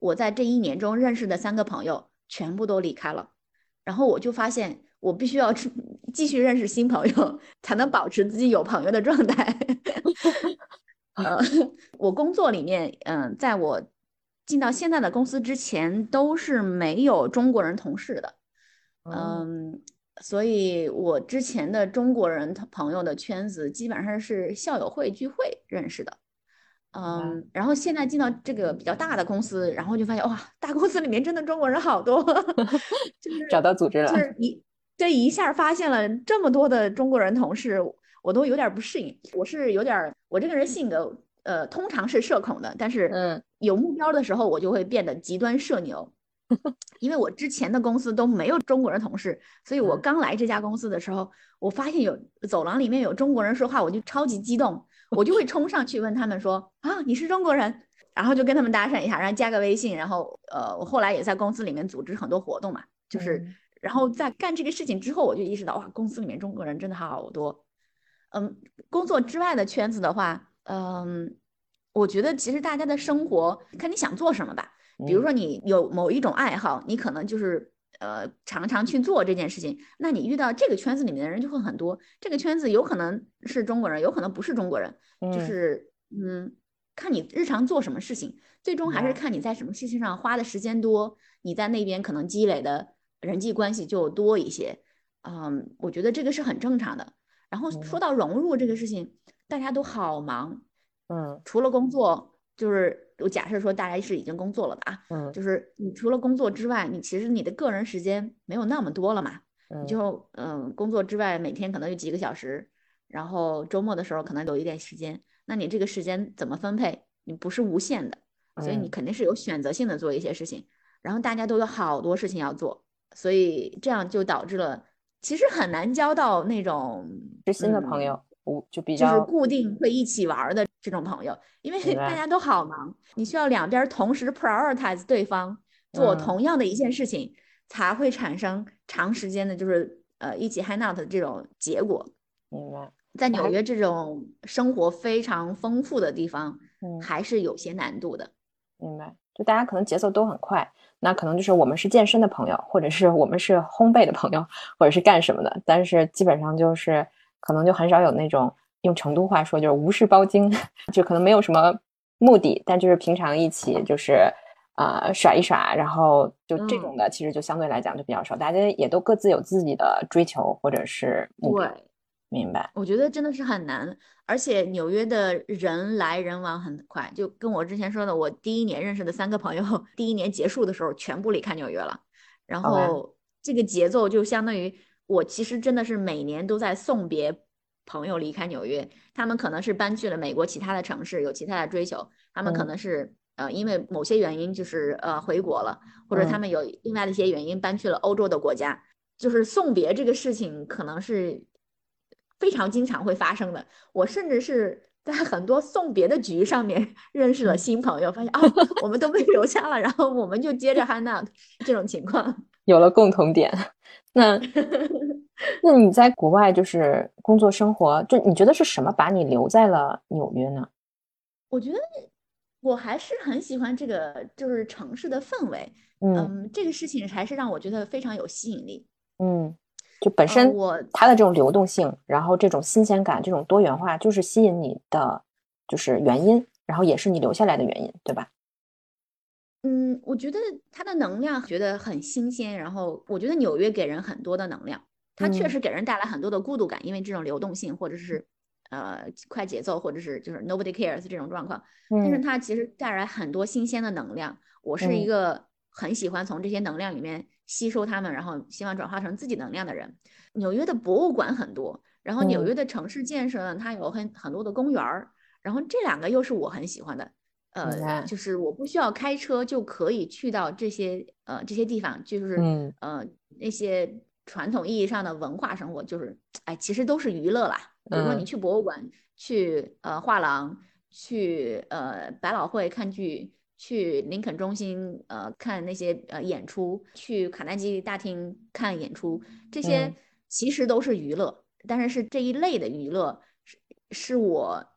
我在这一年中认识的3个朋友全部都离开了，然后我就发现我必须要继续认识新朋友，才能保持自己有朋友的状态。呃，我工作里面，在我进到现在的公司之前，都是没有中国人同事的。 嗯， 嗯，所以我之前的中国人朋友的圈子基本上是校友会聚会认识的。 明白。 然后现在进到这个比较大的公司，然后就发现哇，大公司里面真的中国人好多， 找到组织了。 对一下发现了这么多的中国人同事，我都有点不适应。我是有点我这个人性格通常是社恐的，但是嗯有目标的时候，我就会变得极端社牛。因为我之前的公司都没有中国人同事，所以我嗯刚来这家公司的时候，我发现有走廊里面有中国人说话，我就超级激动，我就会冲上去问他们说啊，你是中国人？然后就跟他们搭讪一下，然后加个微信，然后我后来也在公司里面组织很多活动嘛，就是嗯然后在干这个事情之后，我就意识到哇，公司里面中国人真的好多。嗯，工作之外的圈子的话，我觉得其实大家的生活看你想做什么吧。比如嗯说你有某一种爱好，你可能就是常常去做这件事情，那你遇到这个圈子里面的人就会很多。这个圈子有可能是中国人，有可能不是中国人，就嗯， 是看你日常做什么事情，最终还是明白。 看你在什么事情上花的时间多，你在那边可能积累的人际关系就多一些。我觉得这个是很正常的。然后说嗯到融入这个事情，大家都好忙， 嗯除了工作，就是我假设说大家是已经工作了的啊， 嗯就是你除了工作之外，你其实你的个人时间没有那么多了嘛，你嗯就工作之外每天可能有几个小时，然后周末的时候可能有一点时间，那你这个时间怎么分配？你不是无限的，所以你嗯， 肯定是有选择性的做一些事情，然后大家都有好多事情要做，所以这样就导致了其实很难交到那种知心的朋友，我就比就是较固定会一起玩的这种朋友，因为明白。 大家都好忙，你需要两边同时 prioritize 对方做嗯， 同样的一件事情，才会产生长时间的，就是一起 hang out 的这种结果。 明白。 在我还纽约这种生活非常丰富的地方， 嗯还是有些难度的。 明白，就大家可能节奏都很快，那可能就是我们是健身的朋友，或者是我们是烘焙的朋友，或者是干什么的，但是基本上就是可能就很少有那种用成都话说就是无事包茎，就可能没有什么目的，但就是平常一起就是耍一耍，然后就这种嗯， 的其实就相对来讲就比较少，大家也都各自有自己的追求或者是目标。 对， 明白。 我觉得真的是很难，而且纽约的人来人往很快，就跟我之前说的，我第一年认识的3个朋友，第一年结束的时候全部离开纽约了，然好吧。 后这个节奏就相当于我其实真的是每年都在送别朋友离开纽约，他们可能是搬去了美国其他的城市，有其他的追求，他们可嗯能是因为某些原因就是回国了，或者他嗯。 们有另外的一些原因搬去了欧洲的国家，就是送别这个事情可能是非常经常会发生的。我甚至是在很多送别的局上面认识了嗯， 新朋友，发现哦，我们都被留下了，然后我们就接着 hang out 这种情况。 有了共同点。那那你在国外就是工作生活，就你觉得是什么把你留在了纽约呢？ 我觉得我还是很喜欢这个，就是城市的氛围。 嗯这个事情还是让我觉得非常有吸引力。 嗯，就本身我它的这种流动性，然后这种新鲜感，这种多元化，就是吸引你的就是原因，然后也是你留下来的原因，对吧？ 我觉得它的能量觉得很新鲜，然后我觉得纽约给人很多的能量，它确嗯实给人带来很多的孤独感，因为这种流动性或者是快节奏，或者是就是 nobody cares 这种状况，但是嗯它其实带来很多新鲜的能量。我是一嗯个很喜欢从这些能量里面吸收它们，然后希望转化成自己能量的人。纽约的博物馆很多，然后纽嗯， 约的城市建设呢，它有很多的公园儿，然后这两个又是我很喜欢的。 明白。 就是我不需要开车就可以去到这些地方，就是嗯那些传统意义上的文化生活，就是哎，其实都是娱乐啦。比如说你嗯去博物馆、去画廊、去百老汇看剧、去林肯中心看那些演出、去卡耐基大厅看演出，这嗯些其实都是娱乐，但是这一类的娱乐是我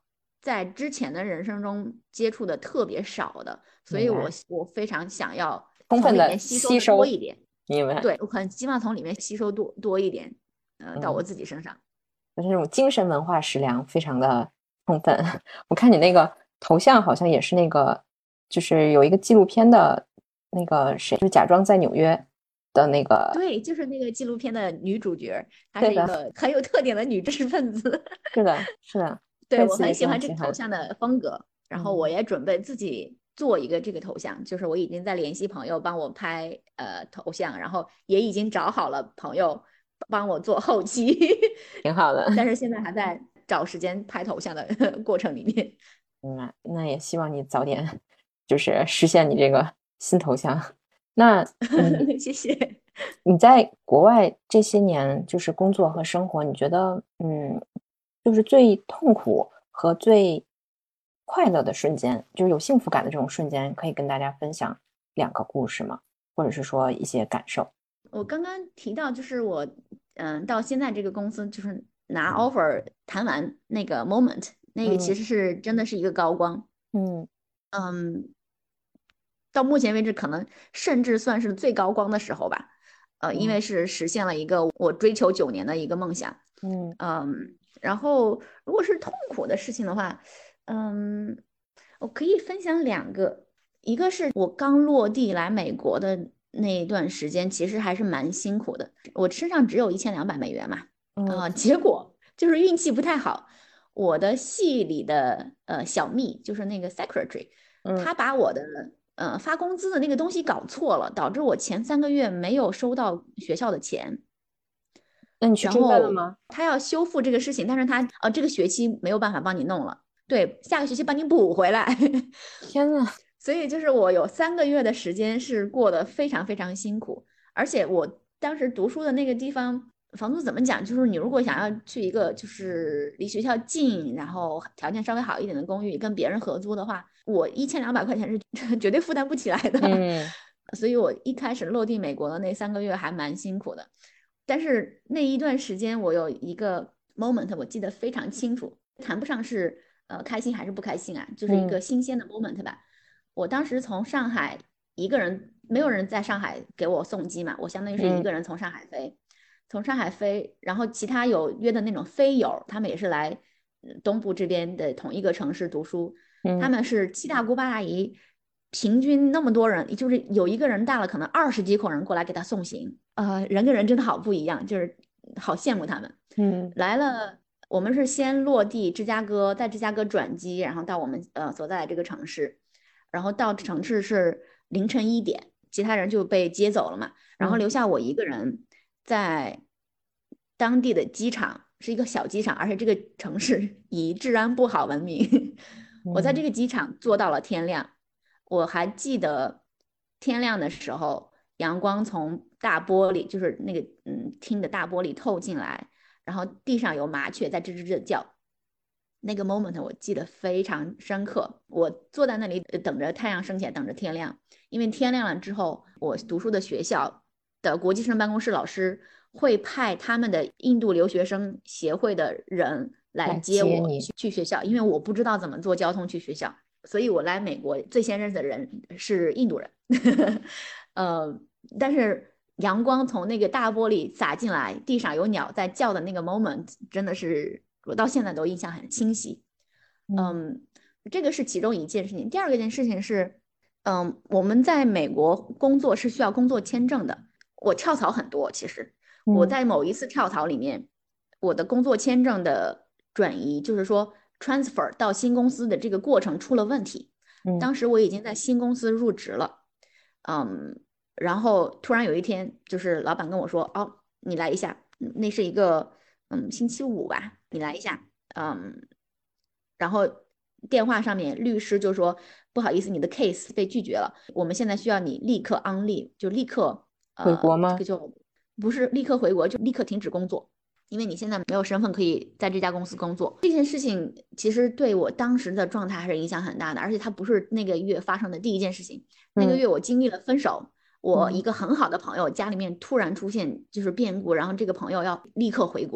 在之前的人生中接触的特别少的，所以明白， 我非常想要充分的从里面吸收的多吸收， 一点。 明白， 对，我很希望从里面吸收多一点，到我嗯， 自己身上。 就是那种精神文化食粮非常的充分。我看你那个头像好像也是那个，就是有一个纪录片的那个谁，就假装在纽约的那个， 对，就是那个纪录片的女主角，她是一对的， 个很有特点的女知识分子。 是的，是的， 对，我这次也是很喜欢这很喜欢， 个头像的风格，然后我嗯， 也准备自己做一个这个头像，就是我已经在联系朋友帮我拍头像，然后也已经找好了朋友帮我做后期， 挺好的。 但是现在还在找时间拍头像的过程里面。 那也希望你早点就是实现你这个新头像。那谢谢。 你在国外这些年，就是工作和生活，你觉得就是最痛苦和最快乐的瞬间，就是有幸福感的这种瞬间，可以跟大家分享2个故事吗？或者是说一些感受？ 我刚刚提到，就是我到现在这个公司，就是拿 offer 谈完那个 moment，那个其嗯实是真的是一个高光。 嗯嗯，到目前为止，可能甚至算是最高光的时候吧。因嗯为是实现了一个我追求9年的一个梦想。 嗯然后如果是痛苦的事情的话，嗯，我可以分享2个，一个是我刚落地来美国的那一段时间，其实还是蛮辛苦的。我身上只有1200美元嘛， 嗯结果就是运气不太好，我的系里的小秘就是那个 secretary， 嗯， 他把我的发工资的那个东西搞错了，导致我前3个月没有收到学校的钱。 那你去追问了然后吗？ 他要修复这个事情，但是他这个学期没有办法帮你弄了，对，下个学期帮你补回来。 天呐， 所以就是我有3个月的时间是过得非常非常辛苦，而且我当时读书的那个地方房租怎么讲，就是你如果想要去一个就是离学校近，然后条件稍微好一点的公寓，跟别人合租的话，我1200块钱是绝对负担不起来的。 嗯所以我一开始落地美国的那3个月还蛮辛苦的，但是那一段时间我有一个 moment 我记得非常清楚，谈不上是开心还是不开心啊，就是一嗯个新鲜的 moment 吧。我当时从上海一个人，没有人在上海给我送机嘛，我相当于是一嗯个人从上海飞，然后其他有约的那种飞友，他们也是来东部这边的同一个城市读书，他嗯， 们是七大姑八大姨，平均那么多人，就是有一个人带了可能20几口人过来给他送行，人跟人真的好不一样，就是好羡慕他们。 嗯来了，我们是先落地芝加哥，在芝加哥转机，然后到我们所在的这个城市，然后到城市是凌晨1点，其他人就被接走了嘛，然后嗯留下我一个人在当地的机场，是一个小机场，而且这个城市以治安不好闻名。我在这嗯个机场坐到了天亮，我还记得天亮的时候，阳光从大玻璃，就是那个厅的大玻璃透进来，然后地上有麻雀在吱吱吱叫。那个 moment 我记得非常深刻，我坐在那里等着太阳升起来，等着天亮，因为天亮了之后，我读书的学校的国际生办公室老师会派他们的印度留学生协会的人来来接我接你， 去学校，因为我不知道怎么坐交通去学校，所以我来美国最先认识的人是印度人。呃，但是阳光从那个大玻璃洒进来，地上有鸟在叫的那个 moment，真的是我到现在都印象很清晰。 嗯这个是其中一件事情。第二个件事情是，我们在美国工作是需要工作签证的。我跳槽很多，其实我嗯在某一次跳槽里面，我的工作签证的转移，就是说 transfer 到新公司的这个过程出了问题。 嗯当时我已经在新公司入职了，嗯，然后突然有一天，就是老板跟我说：“哦，你来一下。”那是一个星期五吧，你来一下。然后电话上面律师就说：“不好意思，你的 case 被拒绝了，我们现在需要你立刻 on leave，就立刻这回国吗？ 个就不是立刻回国，就立刻停止工作。”因为你现在没有身份可以在这家公司工作，这件事情其实对我当时的状态还是影响很大的，而且它不是那个月发生的第一件事情。那个嗯月我经历了分手，我嗯一个很好的朋友家里面突然出现就是变故，然后这个朋友要立刻回国，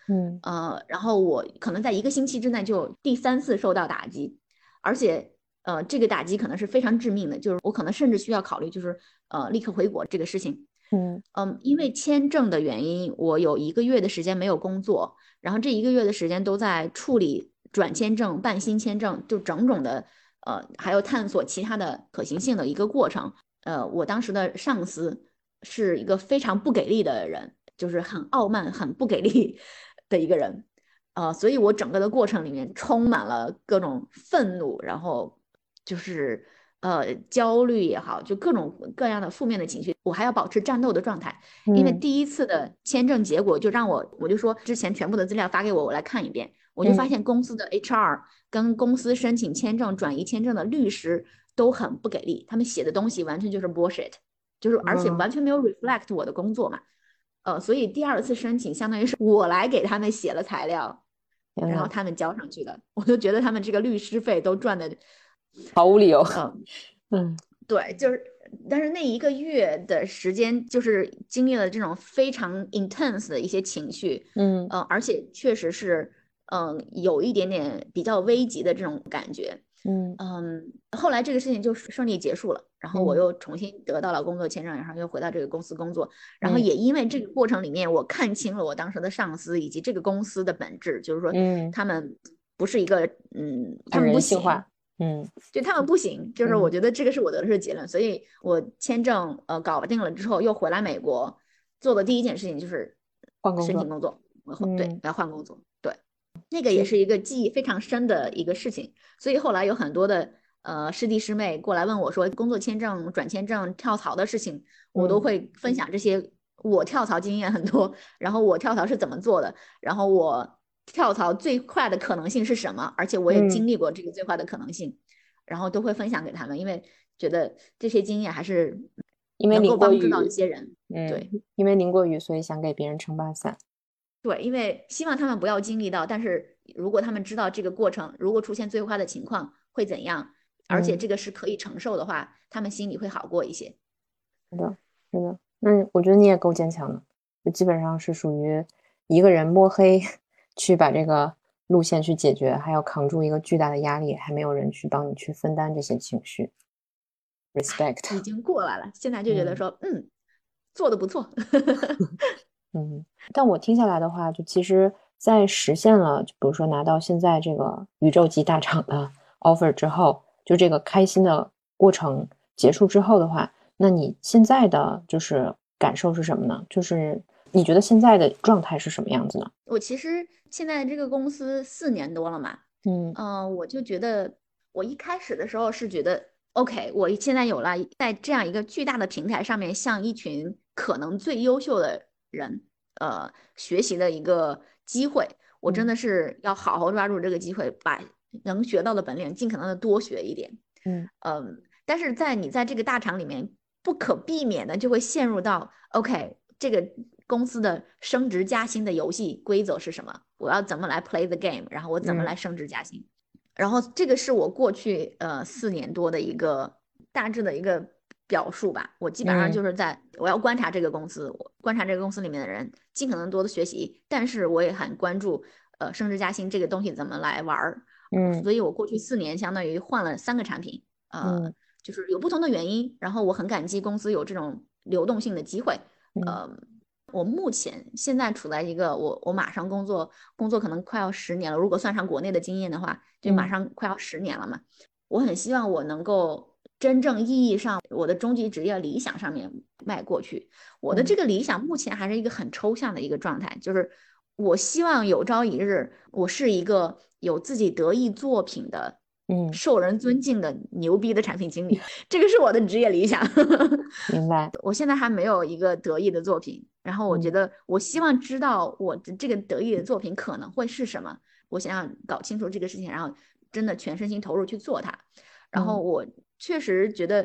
嗯然后我可能在一个星期之内就第三次受到打击，而且这个打击可能是非常致命的，就是我可能甚至需要考虑就是立刻回国这个事情。 嗯因为签证的原因，我有一个月的时间没有工作，然后这一个月的时间都在处理转签证、办新签证，就种种的还有探索其他的可行性的一个过程。我当时的上司是一个非常不给力的人，就是很傲慢、很不给力的一个人。所以我整个的过程里面充满了各种愤怒，然后就是焦虑也好，就各种各样的负面的情绪，我还要保持战斗的状态，因为嗯第一次的签证结果就让我就说之前全部的资料发给我，我来看一遍，我就发嗯现公司的 HR 跟公司申请签证转移签证的律师都很不给力，他们写的东西完全就是 bullshit，就是而且嗯， 完全没有 reflect 我的工作嘛。所以第二次申请相当于是我来给他们写了材料， 天呐， 然后他们交上去的，我就觉得他们这个律师费都赚的， 毫无理由。 嗯， 嗯对，就是，但是那一个月的时间，就是经历了这种非常 intense 的一些情绪， 嗯而且确实是，有一点点比较危急的这种感觉， 嗯后来这个事情就顺利结束了，然后我嗯又重新得到了工作签证，然后又回到这个公司工作，然后嗯也因为这个过程里面，我看清了我当时的上司以及这个公司的本质，就是说嗯， 他们不是一个，他很们不行， 人性化。嗯就他们不行，就是我嗯觉得这个是我得出的结论，所以我签证搞定了之后，又回来美国，做的第一件事情就是换工作。 申请工作，对， 嗯， 我要换工作，对，那个也其实是一个记忆非常深的一个事情，所以后来有很多的师弟师妹过来问我说，工作签证、转签证、跳槽的事情，我都嗯会分享这些我跳槽经验很多，然后我跳槽是怎么做的，然后我跳槽最快的可能性是什么，而且我也嗯， 经历过这个最坏的可能性。然后都会分享给他们，因为觉得这些经验还是因为淋能够帮助到一过雨。 些人。 嗯， 对因为淋过雨，所以想给别人撑把伞。 对，因为希望他们不要经历到，但是如果他们知道这个过程，如果出现最坏的情况会怎样，而且嗯， 这个是可以承受的话，他们心里会好过一些。 是的，是的。那我觉得你也够坚强的，就基本上是属于一个人摸黑去把这个路线去解决，还要扛住一个巨大的压力，还没有人去帮你去分担这些情绪。 已 respect。 经过来了，现在就觉得嗯说，做的不错。 嗯，但我听下来的话，就其实，在实现了，就比如说拿到现在这个宇宙级大厂的 offer 之后，就这个开心的过程结束之后的话，那你现在的就是感受是什么呢？就是你觉得现在的状态是什么样子呢？ 我其实现在这个公司4年多了嘛， 嗯我就觉得，我一开始的时候是觉得，OK，我现在有了在这样一个巨大的平台上面，向一群可能最优秀的人，学习的一个机会，我真嗯的是要好好抓住这个机会，把能学到的本领尽可能的多学一点。 嗯但是你在这个大厂里面，不可避免的就会陷入到 OK，这个公司的升职加薪的游戏规则是什么？我要怎么来 play the game？然后我怎么来嗯升职加薪？然后这个是我过去4年多的一个大致的一个表述吧。我基本上嗯就是我要观察这个公司，我观察这个公司里面的人，尽可能多的学习，但是我也很关注升职加薪这个东西怎么来玩儿。 嗯所以我过去4年相当于换了3个产品， 嗯就是有不同的原因，然后我很感激公司有这种流动性的机会。 嗯呃，我目前现在处在一个我马上工作可能快要10年了，如果算上国内的经验的话，就马嗯上快要10年了嘛。我很希望我能够真正意义上我的终极职业理想上面迈过去。我的这嗯个理想目前还是一个很抽象的一个状态，就是我希望有朝一日我是一个有自己得意作品的。 嗯， 受人尊敬的牛逼的产品经理，这个是我的职业理想。 明白。 我现在还没有一个得意的作品，然后我觉嗯得我希望知道我的这个得意的作品可能会是什么，我想要搞清楚这个事情，然后真的全身心投入去做它。然后嗯我确实觉得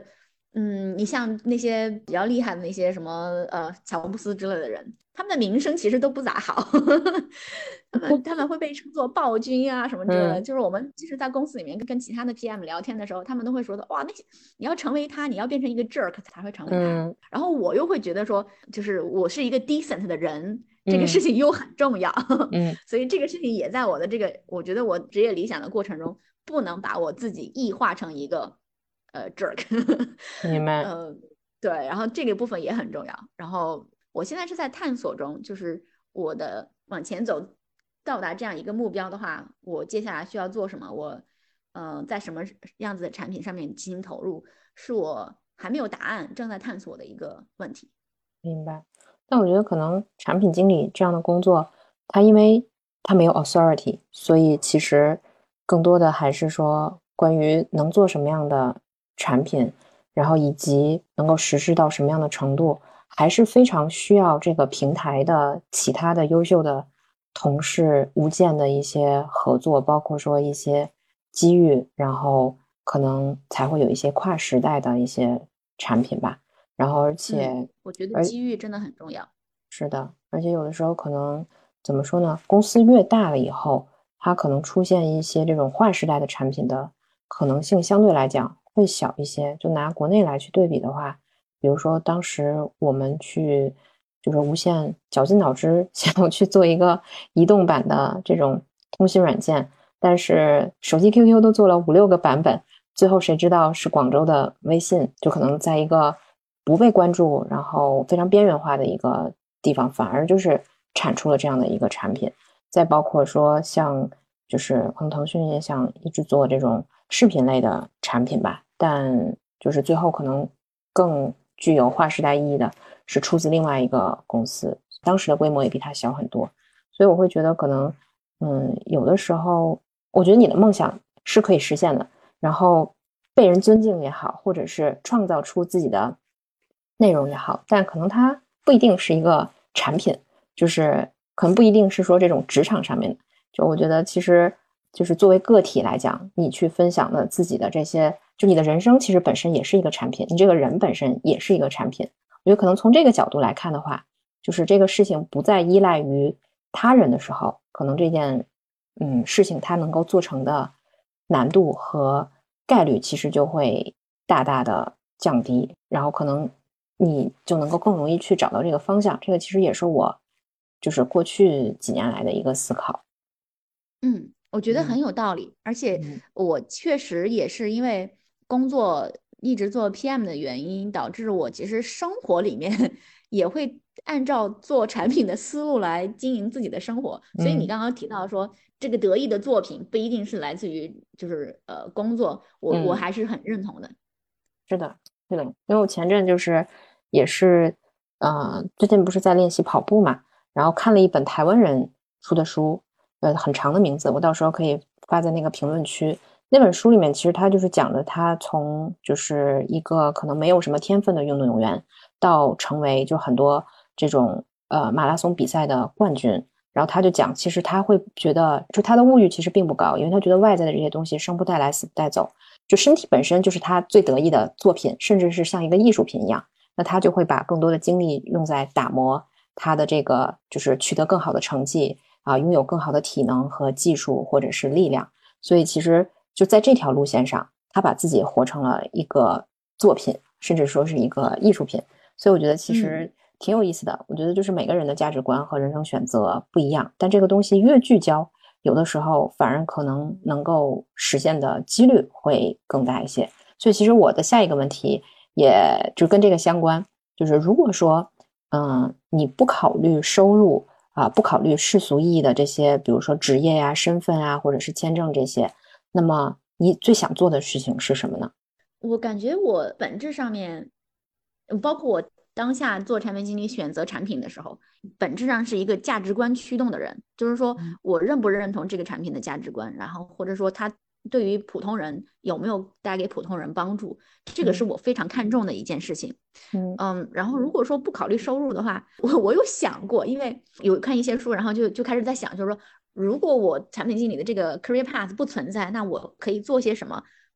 你像那些比较厉害的那些什么乔布斯之类的人，他们的名声其实都不咋好，他们会被称作暴君啊什么之类的。 嗯就是我们即使在公司里面跟其他的 PM 聊天的时候，他们都会说的，哇，那些你要成为他，你要变成一个 jerk 才会成为他。 嗯然后我又会觉得说，就是我是一个 decent 的人，这个事嗯情又很重要， 嗯， 所以这个事情也在我的这个，我觉得我职业理想的过程中，不能把我自己异化成一个jerk。 明白。 呃，对，然后这个部分也很重要。然后我现在是在探索中，就是我的往前走，到达这样一个目标的话，我接下来需要做什么？我在什么样子的产品上面进行投入，是我还没有答案，正在探索的一个问题。 明白，但我觉得可能产品经理这样的工作，他因为他没有 authority，所以其实更多的还是说关于能做什么样的产品，然后以及能够实施到什么样的程度，还是非常需要这个平台的其他的优秀的同事无间的一些合作，包括说一些机遇，然后可能才会有一些跨时代的一些产品吧。然后而且我觉得而机遇真的很重要。 是的，而且有的时候可能怎么说呢？公司越大了以后，它可能出现一些这种划时代的产品的可能性相对来讲会小一些。就拿国内来去对比的话，比如说当时我们去就是无限绞尽脑汁想要去做一个移动版的这种通讯软件，但是手机 QQ 都做了5、6个版本，最后谁知道是广州的微信，就可能在一个不被关注，然后非常边缘化的一个地方，反而就是产出了这样的一个产品。再包括说像就是可能腾讯也想一直做这种视频类的产品吧，但就是最后可能更具有划时代意义的是出自另外一个公司，当时的规模也比它小很多，所以我会觉得可能有的时候我觉得你的梦想是可以实现的，然后被人尊敬也好，或者是创造出自己的内容也好，但可能它不一定是一个产品，就是可能不一定是说这种职场上面的。就我觉得其实就是作为个体来讲，你去分享的自己的这些，就你的人生其实本身也是一个产品，你这个人本身也是一个产品。我觉得可能从这个角度来看的话，就是这个事情不再依赖于他人的时候，可能这件事情它能够做成的难度和概率其实就会大大的降低，然后可能你就能够更容易去找到这个方向。这个其实也是我就是过去几年来的一个思考。 我觉得很嗯有道理，而且嗯我确实也是因为工作一直做 PM 的原因，导致我其实生活里面也会按照做产品的思路来经营自己的生活。所以你嗯刚刚提到说，这个得意的作品不一定是来自于就是工作，我嗯， 还是很认同的。 是的，是的，因为我前阵就是也是，最近不是在练习跑步嘛，然后看了一本台湾人出的书，很长的名字，我到时候可以发在那个评论区。那本书里面其实他就是讲的他从就是一个可能没有什么天分的运动员，到成为就很多这种马拉松比赛的冠军。然后他就讲，其实他会觉得，就他的物欲其实并不高，因为他觉得外在的这些东西生不带来，死不带走。就身体本身就是他最得意的作品，甚至是像一个艺术品一样，那他就会把更多的精力用在打磨他的这个，就是取得更好的成绩啊，拥有更好的体能和技术或者是力量。所以其实就在这条路线上，他把自己活成了一个作品，甚至说是一个艺术品。所以我觉得其嗯。 实挺有意思的。我觉得就是每个人的价值观和人生选择不一样，但这个东西越聚焦，有的时候反而可能能够实现的几率会更大一些。所以其实我的下一个问题也就跟这个相关，就是如果说，你不考虑收入啊，不考虑世俗意义的这些，比如说职业呀、身份啊，或者是签证这些，那么你最想做的事情是什么呢？ 我感觉我本质上面，包括我当下做产品经理选择产品的时候，本质上是一个价值观驱动的人，就是说我认不认同这个产品的价值观，然后或者说它对于普通人有没有带给普通人帮助，这个是嗯我非常看重的一件事情。 嗯然后如果说不考虑收入的话，我有想过，因为有看一些书，然后就开始在想，就是说，如果我产品经理的这个 career path 不存在，那我可以做些什么？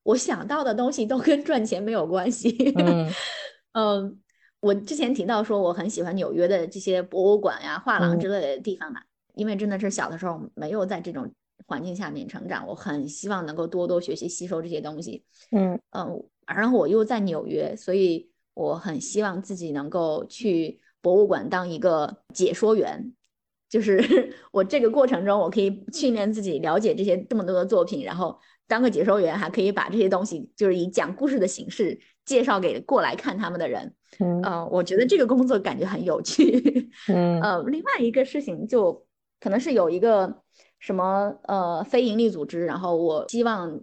我想到的东西都跟赚钱没有关系。 嗯嗯，我之前提到说我很喜欢纽约的这些博物馆呀、画廊嗯之类的地方嘛，因为真的是小的时候没有在这种环境下面成长，我很希望能够多多学习吸收这些东西。 嗯然后我又在纽约，所以我很希望自己能够去博物馆当一个解说员，就是我这个过程中，我可以训练自己了解这么多的作品，然后当个解说员，还可以把这些东西就是以讲故事的形式介绍给过来看他们的人。 嗯我觉得这个工作感觉很有趣。 嗯另外一个事情就可能是有一个什么非营利组织，然后我希望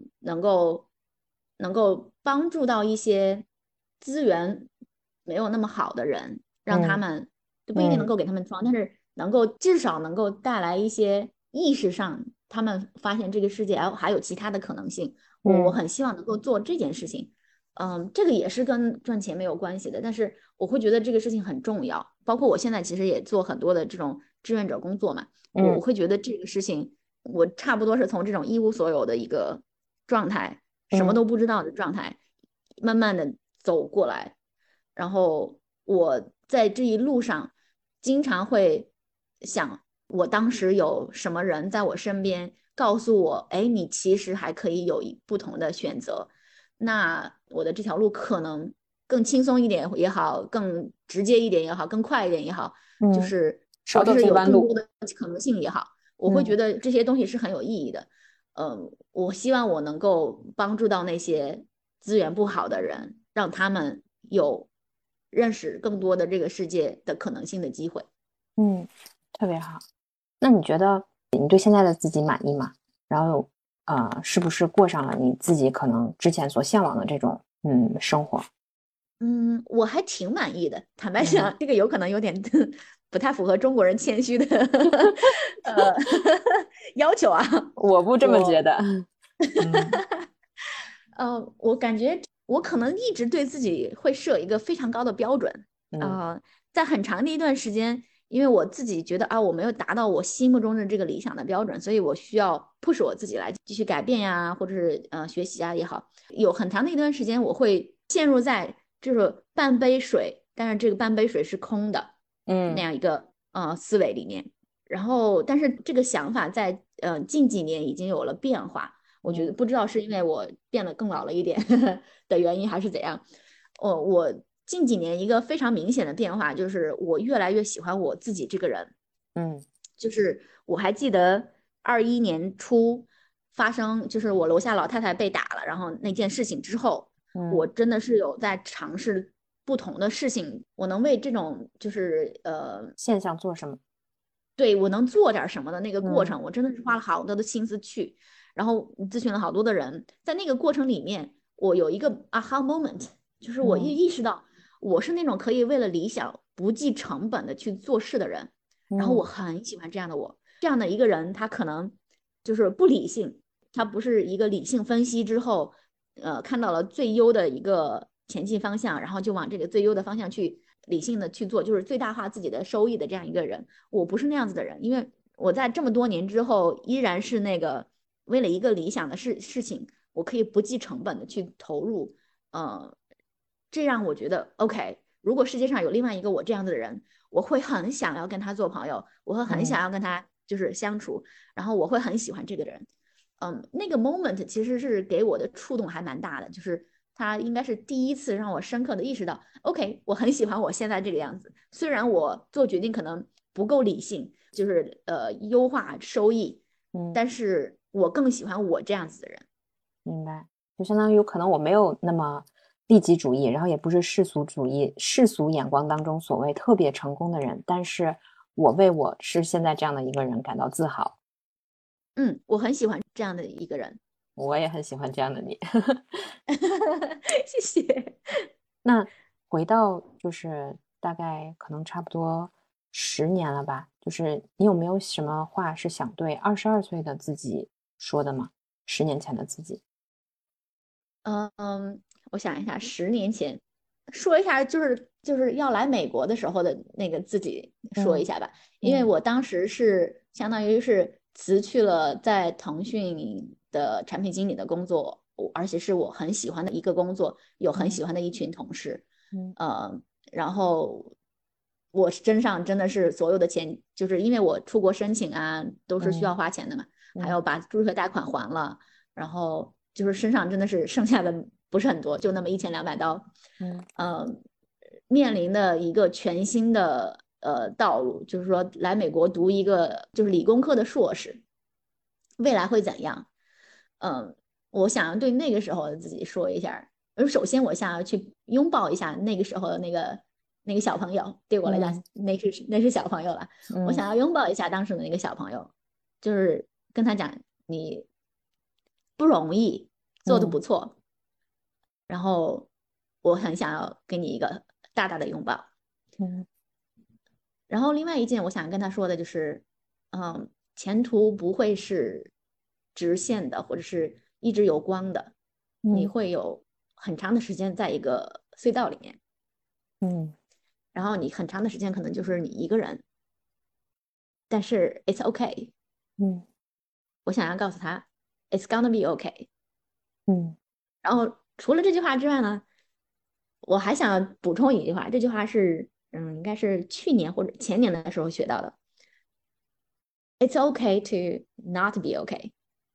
能够帮助到一些资源没有那么好的人，让他嗯们就不一定能嗯够给他们装，但是能够至少能够带来一些意识上，他们发现这个世界还有其他的可能性。我嗯很希望能够做这件事情。这个也是跟赚钱没有关系的，但是我会觉得这个事情很重要。包括我现在其实也做很多的这种志愿者工作嘛，我嗯会觉得这个事情，我差不多是从这种一无所有的一个状态，什么嗯都不知道的状态，慢慢的走过来。然后我在这一路上，经常会想，我当时有什么人在我身边告诉我，哎，你其实还可以有不同的选择。那我的这条路可能更轻松一点也好，更直接一点也好，更快一点也好，就嗯， 是少走或者是有几弯路。 更多的可能性也好，我会觉嗯得这些东西是很有意义的。我希望我能够帮助到那些资源不好的人，让他们有认识更多的这个世界的可能性的机会。 嗯，特别好。那你觉得你对现在的自己满意吗？然后是不是过上了你自己可能之前所向往的这种生活？ 我还挺满意的。坦白嗯讲，这个有可能有点不太符合中国人谦虚的呃要求啊。 我不这么觉我得。嗯我感觉我可能一直对自己会设一个非常高的标准。 嗯呃，在很长的一段时间，因为我自己觉得啊，我没有达到我心目中的这个理想的标准，所以我需要 push 我自己来继续改变呀，或者是学习啊也好。有很长的一段时间，我会陷入在就是半杯水，但是这个半杯水是空的那嗯样一个思维里面。然后，但是这个想法在近几年已经有了变化。我觉得嗯不知道是因为我变得更老了一点的原因，还是怎样。我近几年一个非常明显的变化就是我越来越喜欢我自己这个人。 嗯就是我还记得21年初发生，就是我楼下老太太被打了，然后那件事情之后，我嗯真的是有在尝试不同的事情，我能为这种就是现象做什么？ 对我能做点什么的那个过嗯程，我真的是花了好多的心思去，然后咨询了好多的人，在那个过程里面，我有一个 aha moment，就是我嗯意识到我是那种可以为了理想不计成本的去做事的人，然后我嗯很喜欢这样的我，这样的一个人，他可能就是不理性，他不是一个理性分析之后，看到了最优的一个前进方向，然后就往这个最优的方向去理性的去做，就是最大化自己的收益的这样一个人。我不是那样子的人，因为我在这么多年之后，依然是那个为了一个理想的事情，我可以不计成本的去投入，这让我觉得 OK。如果世界上有另外一个我这样子的人，我会很想要跟他做朋友，我会很嗯想要跟他就是相处，然后我会很喜欢这个人。那个 moment 其实是给我的触动还蛮大的，就是他应该是第一次让我深刻的意识到，OK，我很喜欢我现在这个样子。虽然我做决定可能不够理性，就是优化收益， 嗯， 但是我更喜欢我这样子的人。 明白。就相当于可能我没有那么利己主义，然后也不是世俗主义、世俗眼光当中所谓特别成功的人，但是我为我是现在这样的一个人感到自豪。 我很喜欢这样的一个人。 我也很喜欢这样的你。 谢谢。 那回到就是大概可能差不多10年了吧，就是你有没有什么话是想对22岁的自己说的吗？10年前的自己。 我想一下，10年前说一下，就是要来美国的时候的那个自己说一嗯下吧，因为嗯我当时是相当于是辞去了在腾讯的产品经理的工作，而且是我很喜欢的一个工作，有很喜欢的一群同事，然后我身上真的是所有的钱，就是因为我出国申请啊，都是需要花钱的嘛，还要把助学贷款还了，然后就是身上真的是剩下的不是很多，就那么1200刀，面临的一个全新的道路，就是说来美国读一个就是理工科的硕士，未来会怎样？我想要对那个时候的自己说一下。首先，我想要去拥抱一下那个时候的那个小朋友，对我来讲，那是小朋友了。我想要拥抱一下当时的那个小朋友，就是跟他讲，你不容易，做的不错。然后我很想要给你一个大大的拥抱。然后另外一件我想跟他说的就是，前途不会是直线的，或者是一直有光的，你会有很长的时间在一个隧道里面，然后你很长的时间可能就是你一个人，但是 it's okay，我想要告诉他 it's gonna be okay，然后除了这句话之外呢，我还想补充一句话，这句话是应该是去年或者前年的时候学到的。It's okay to not be okay。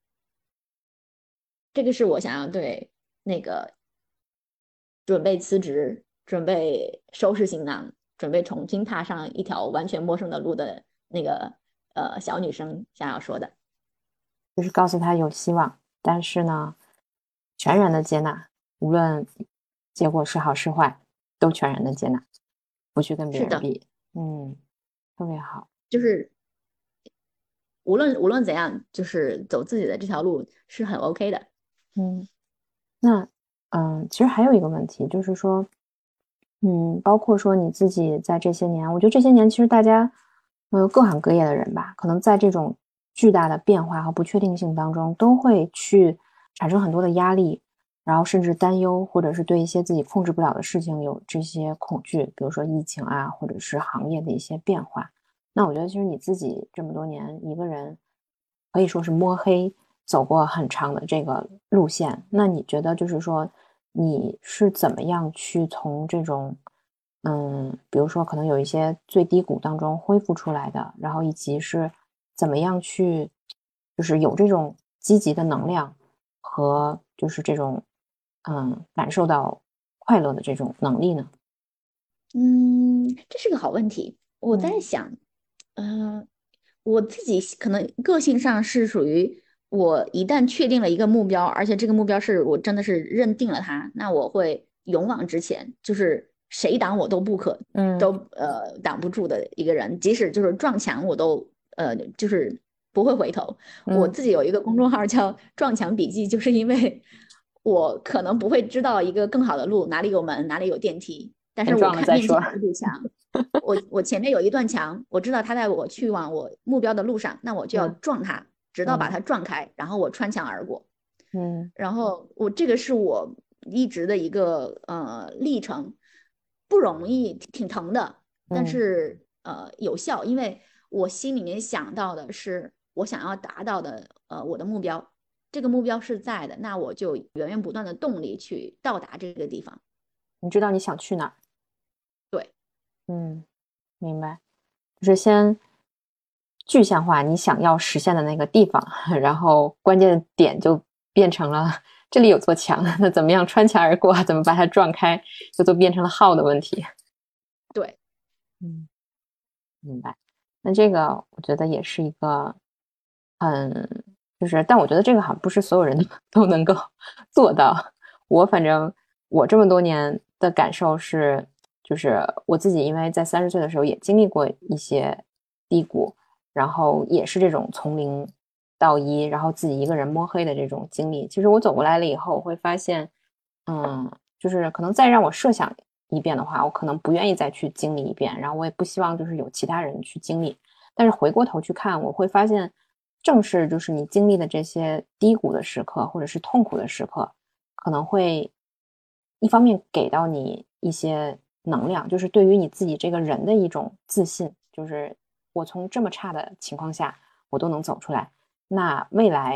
这个是我想要对那个准备辞职、准备收拾行囊、准备重新踏上一条完全陌生的路的那个小女生想要说的， 就是告诉她有希望，但是呢，全然的接纳，无论结果是好是坏，都全然的接纳，不去跟别人比。特别好， 就是无论怎样，就是走自己的这条路是很 OK 的。 那其实还有一个问题，就是说，包括说你自己在这些年，我觉得这些年其实大家，各行各业的人吧，可能在这种巨大的变化和不确定性当中，都会去产生很多的压力，然后甚至担忧，或者是对一些自己控制不了的事情有这些恐惧，比如说疫情啊，或者是行业的一些变化。那我觉得其实你自己这么多年一个人，可以说是摸黑走过很长的这个路线，那你觉得就是说你是怎么样去从这种比如说可能有一些最低谷当中恢复出来的，然后以及是怎么样去就是有这种积极的能量和就是这种感受到快乐的这种能力呢？ 这是个好问题。我在想，我自己可能个性上是属于我一旦确定了一个目标，而且这个目标是我真的是认定了它，那我会勇往直前，就是谁挡我都不可，都挡不住的一个人，即使就是撞墙我都就是不会回头。我自己有一个公众号叫“撞墙笔记”，就是因为我可能不会知道一个更好的路，哪里有门，哪里有电梯。但是我看面前有一堵墙，我前面有一段墙，我知道它在我去往我目标的路上，那我就要撞它，直到把它撞开，然后我穿墙而过。然后这个是我一直的一个历程，不容易，挺疼的，但是有效，因为我心里面想到的是我想要达到的我的目标，这个目标是在的，那我就源源不断的动力去到达这个地方。 你知道你想去哪儿？ 对， 明白，就是先具象化你想要实现的那个地方，然后关键点就变成了这里有座墙，那怎么样穿墙而过，怎么把它撞开，就变成了 how 的问题。 对， 明白。那这个我觉得也是一个但我觉得这个好像不是所有人都能够做到。反正我这么多年的感受是，就是我自己因为在30岁的时候也经历过一些低谷，然后也是这种从零到一，然后自己一个人摸黑的这种经历。其实我走过来了以后，我会发现，就是可能再让我设想一遍的话，我可能不愿意再去经历一遍，然后我也不希望就是有其他人去经历。但是回过头去看，我会发现，正是就是你经历的这些低谷的时刻，或者是痛苦的时刻，可能会一方面给到你一些能量，就是对于你自己这个人的一种自信，就是我从这么差的情况下，我都能走出来。那未来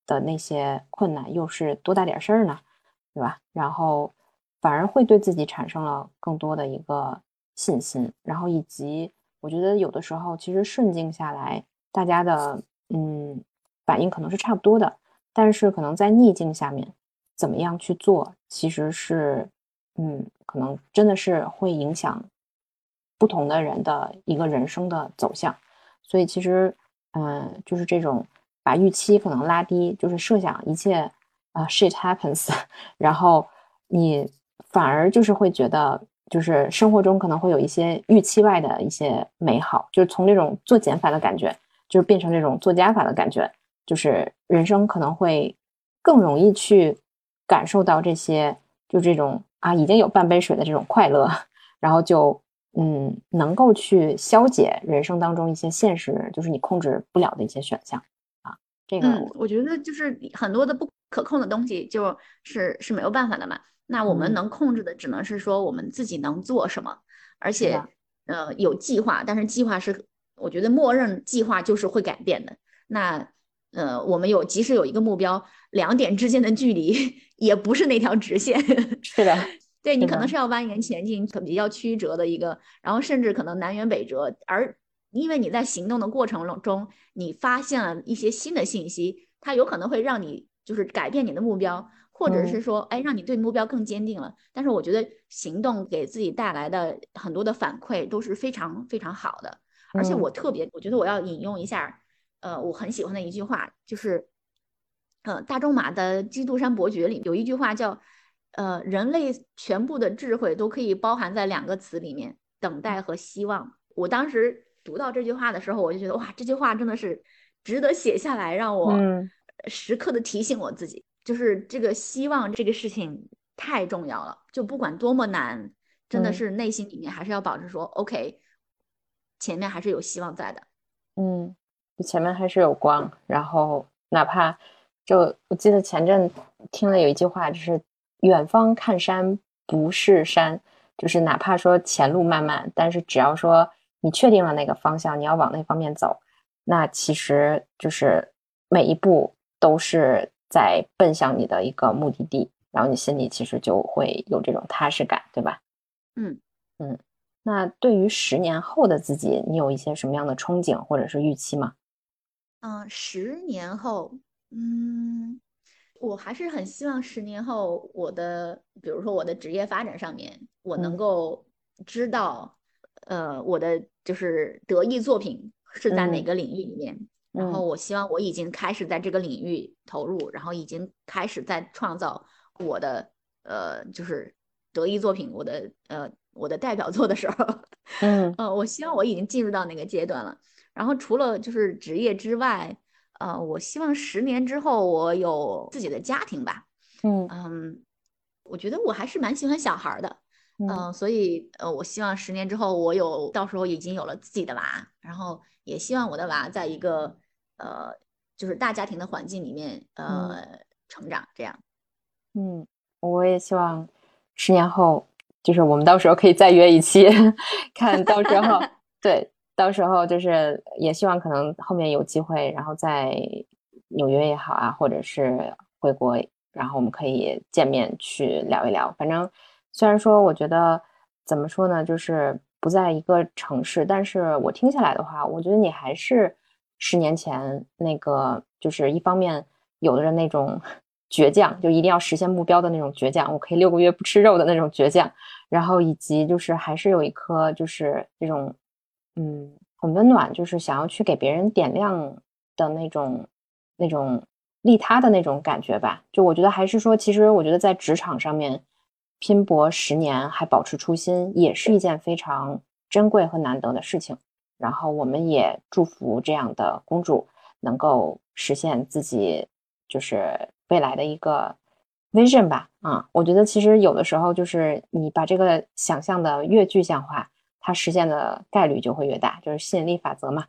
的那些困难又是多大点事儿呢？对吧？然后反而会对自己产生了更多的一个信心，然后以及我觉得有的时候其实顺境下来，大家的反应可能是差不多的，但是可能在逆境下面怎么样去做，其实是可能真的是会影响不同的人的一个人生的走向。所以其实就是这种把预期可能拉低，就是设想一切shit happens 然后你反而就是会觉得就是生活中可能会有一些预期外的一些美好，就是从这种做减法的感觉就是变成这种做加法的感觉，就是人生可能会更容易去感受到这些就这种已经有半杯水的这种快乐，然后就能够去消解人生当中一些现实就是你控制不了的一些选项这个我觉得就是很多的不可控的东西就是没有办法的嘛。那我们能控制的只能是说我们自己能做什么，而且有计划，但是计划是我觉得默认计划就是会改变的。那我们即使有一个目标，两点之间的距离也不是那条直线。 是的， 对，你可能是要蜿蜒前进，比较曲折的一个，然后甚至可能南辕北辙。而因为你在行动的过程中，你发现了一些新的信息，它有可能会让你就是改变你的目标，或者是说，让你对目标更坚定了。但是我觉得行动给自己带来的很多的反馈都是非常非常好的。而且我觉得我要引用一下，我很喜欢的一句话，就是大仲马的《基督山伯爵》里有一句话叫人类全部的智慧都可以包含在两个词里面，等待和希望。我当时读到这句话的时候，我就觉得哇，这句话真的是值得写下来，让我时刻的提醒我自己，就是这个希望这个事情太重要了，就不管多么难，真的是内心里面还是要保持说OK，前面还是有希望在的。 前面还是有光，然后哪怕我记得前阵听了有一句话，就是远方看山不是山，就是哪怕说前路漫漫，但是只要说你确定了那个方向，你要往那方面走，那其实就是每一步都是在奔向你的一个目的地，然后你心里其实就会有这种踏实感，对吧？那对于10年后的自己，你有一些什么样的憧憬或者是预期吗 10年后，我还是很希望10年后比如说我的职业发展上面，我能够知道，我的就是得意作品是在哪个领域里面，然后我希望我已经开始在这个领域投入，然后已经开始在创造我的就是得意作品，我的代表作的时候，我希望我已经进入到那个阶段了。然后除了就是职业之外，我希望10年之后我有自己的家庭吧。我觉得我还是蛮喜欢小孩的，所以我希望10年之后到时候已经有了自己的娃，然后也希望我的娃在一个就是大家庭的环境里面成长，这样。 我也希望10年后，就是我们到时候可以再约一期，看到时候对，到时候就是也希望可能后面有机会，然后在纽约也好啊，或者是回国，然后我们可以见面去聊一聊。反正虽然说我觉得怎么说呢，就是不在一个城市，但是我听下来的话，我觉得你还是10年前那个，就是一方面有的人那种倔强，就一定要实现目标的那种倔强，我可以6个月不吃肉的那种倔强，然后以及就是还是有一颗就是这种很温暖，就是想要去给别人点亮的那种利他的那种感觉吧。就我觉得还是说，其实我觉得在职场上面拼搏10年还保持初心，也是一件非常珍贵和难得的事情。然后我们也祝福这样的公主能够实现自己就是未来的一个 vision 吧。我觉得其实有的时候就是你把这个想象的越具象化，它实现的概率就会越大，就是吸引力法则嘛。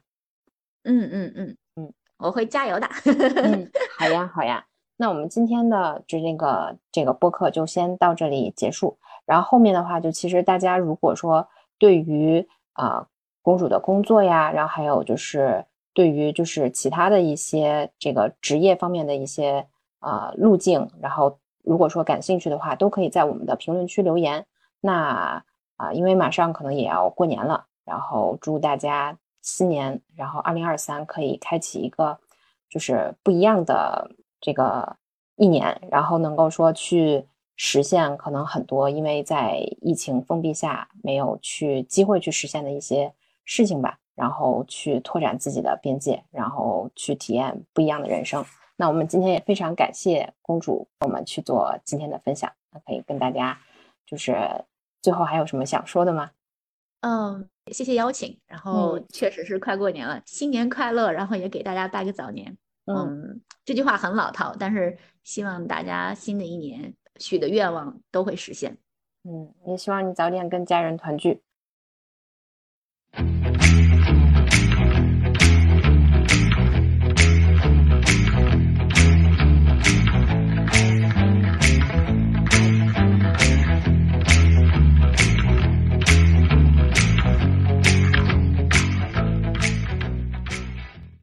我会加油的。 好呀，好呀。那我们今天的这个播客就先到这里结束。然后后面的话，就其实大家如果说对于公主的工作呀，然后还有就是对于就是其他的一些这个职业方面的一些路径，然后如果说感兴趣的话，都可以在我们的评论区留言。那因为马上可能也要过年了，然后祝大家新年，然后2023可以开启一个就是不一样的这个一年，然后能够说去实现可能很多因为在疫情封闭下没有机会去实现的一些事情吧，然后去拓展自己的边界，然后去体验不一样的人生。那我们今天也非常感谢公主我们去做今天的分享，那可以跟大家就是最后还有什么想说的吗？ 谢谢邀请，然后确实是快过年了，新年快乐，然后也给大家拜个早年。 嗯这句话很老套，但是希望大家新的一年许的愿望都会实现。 也希望你早点跟家人团聚。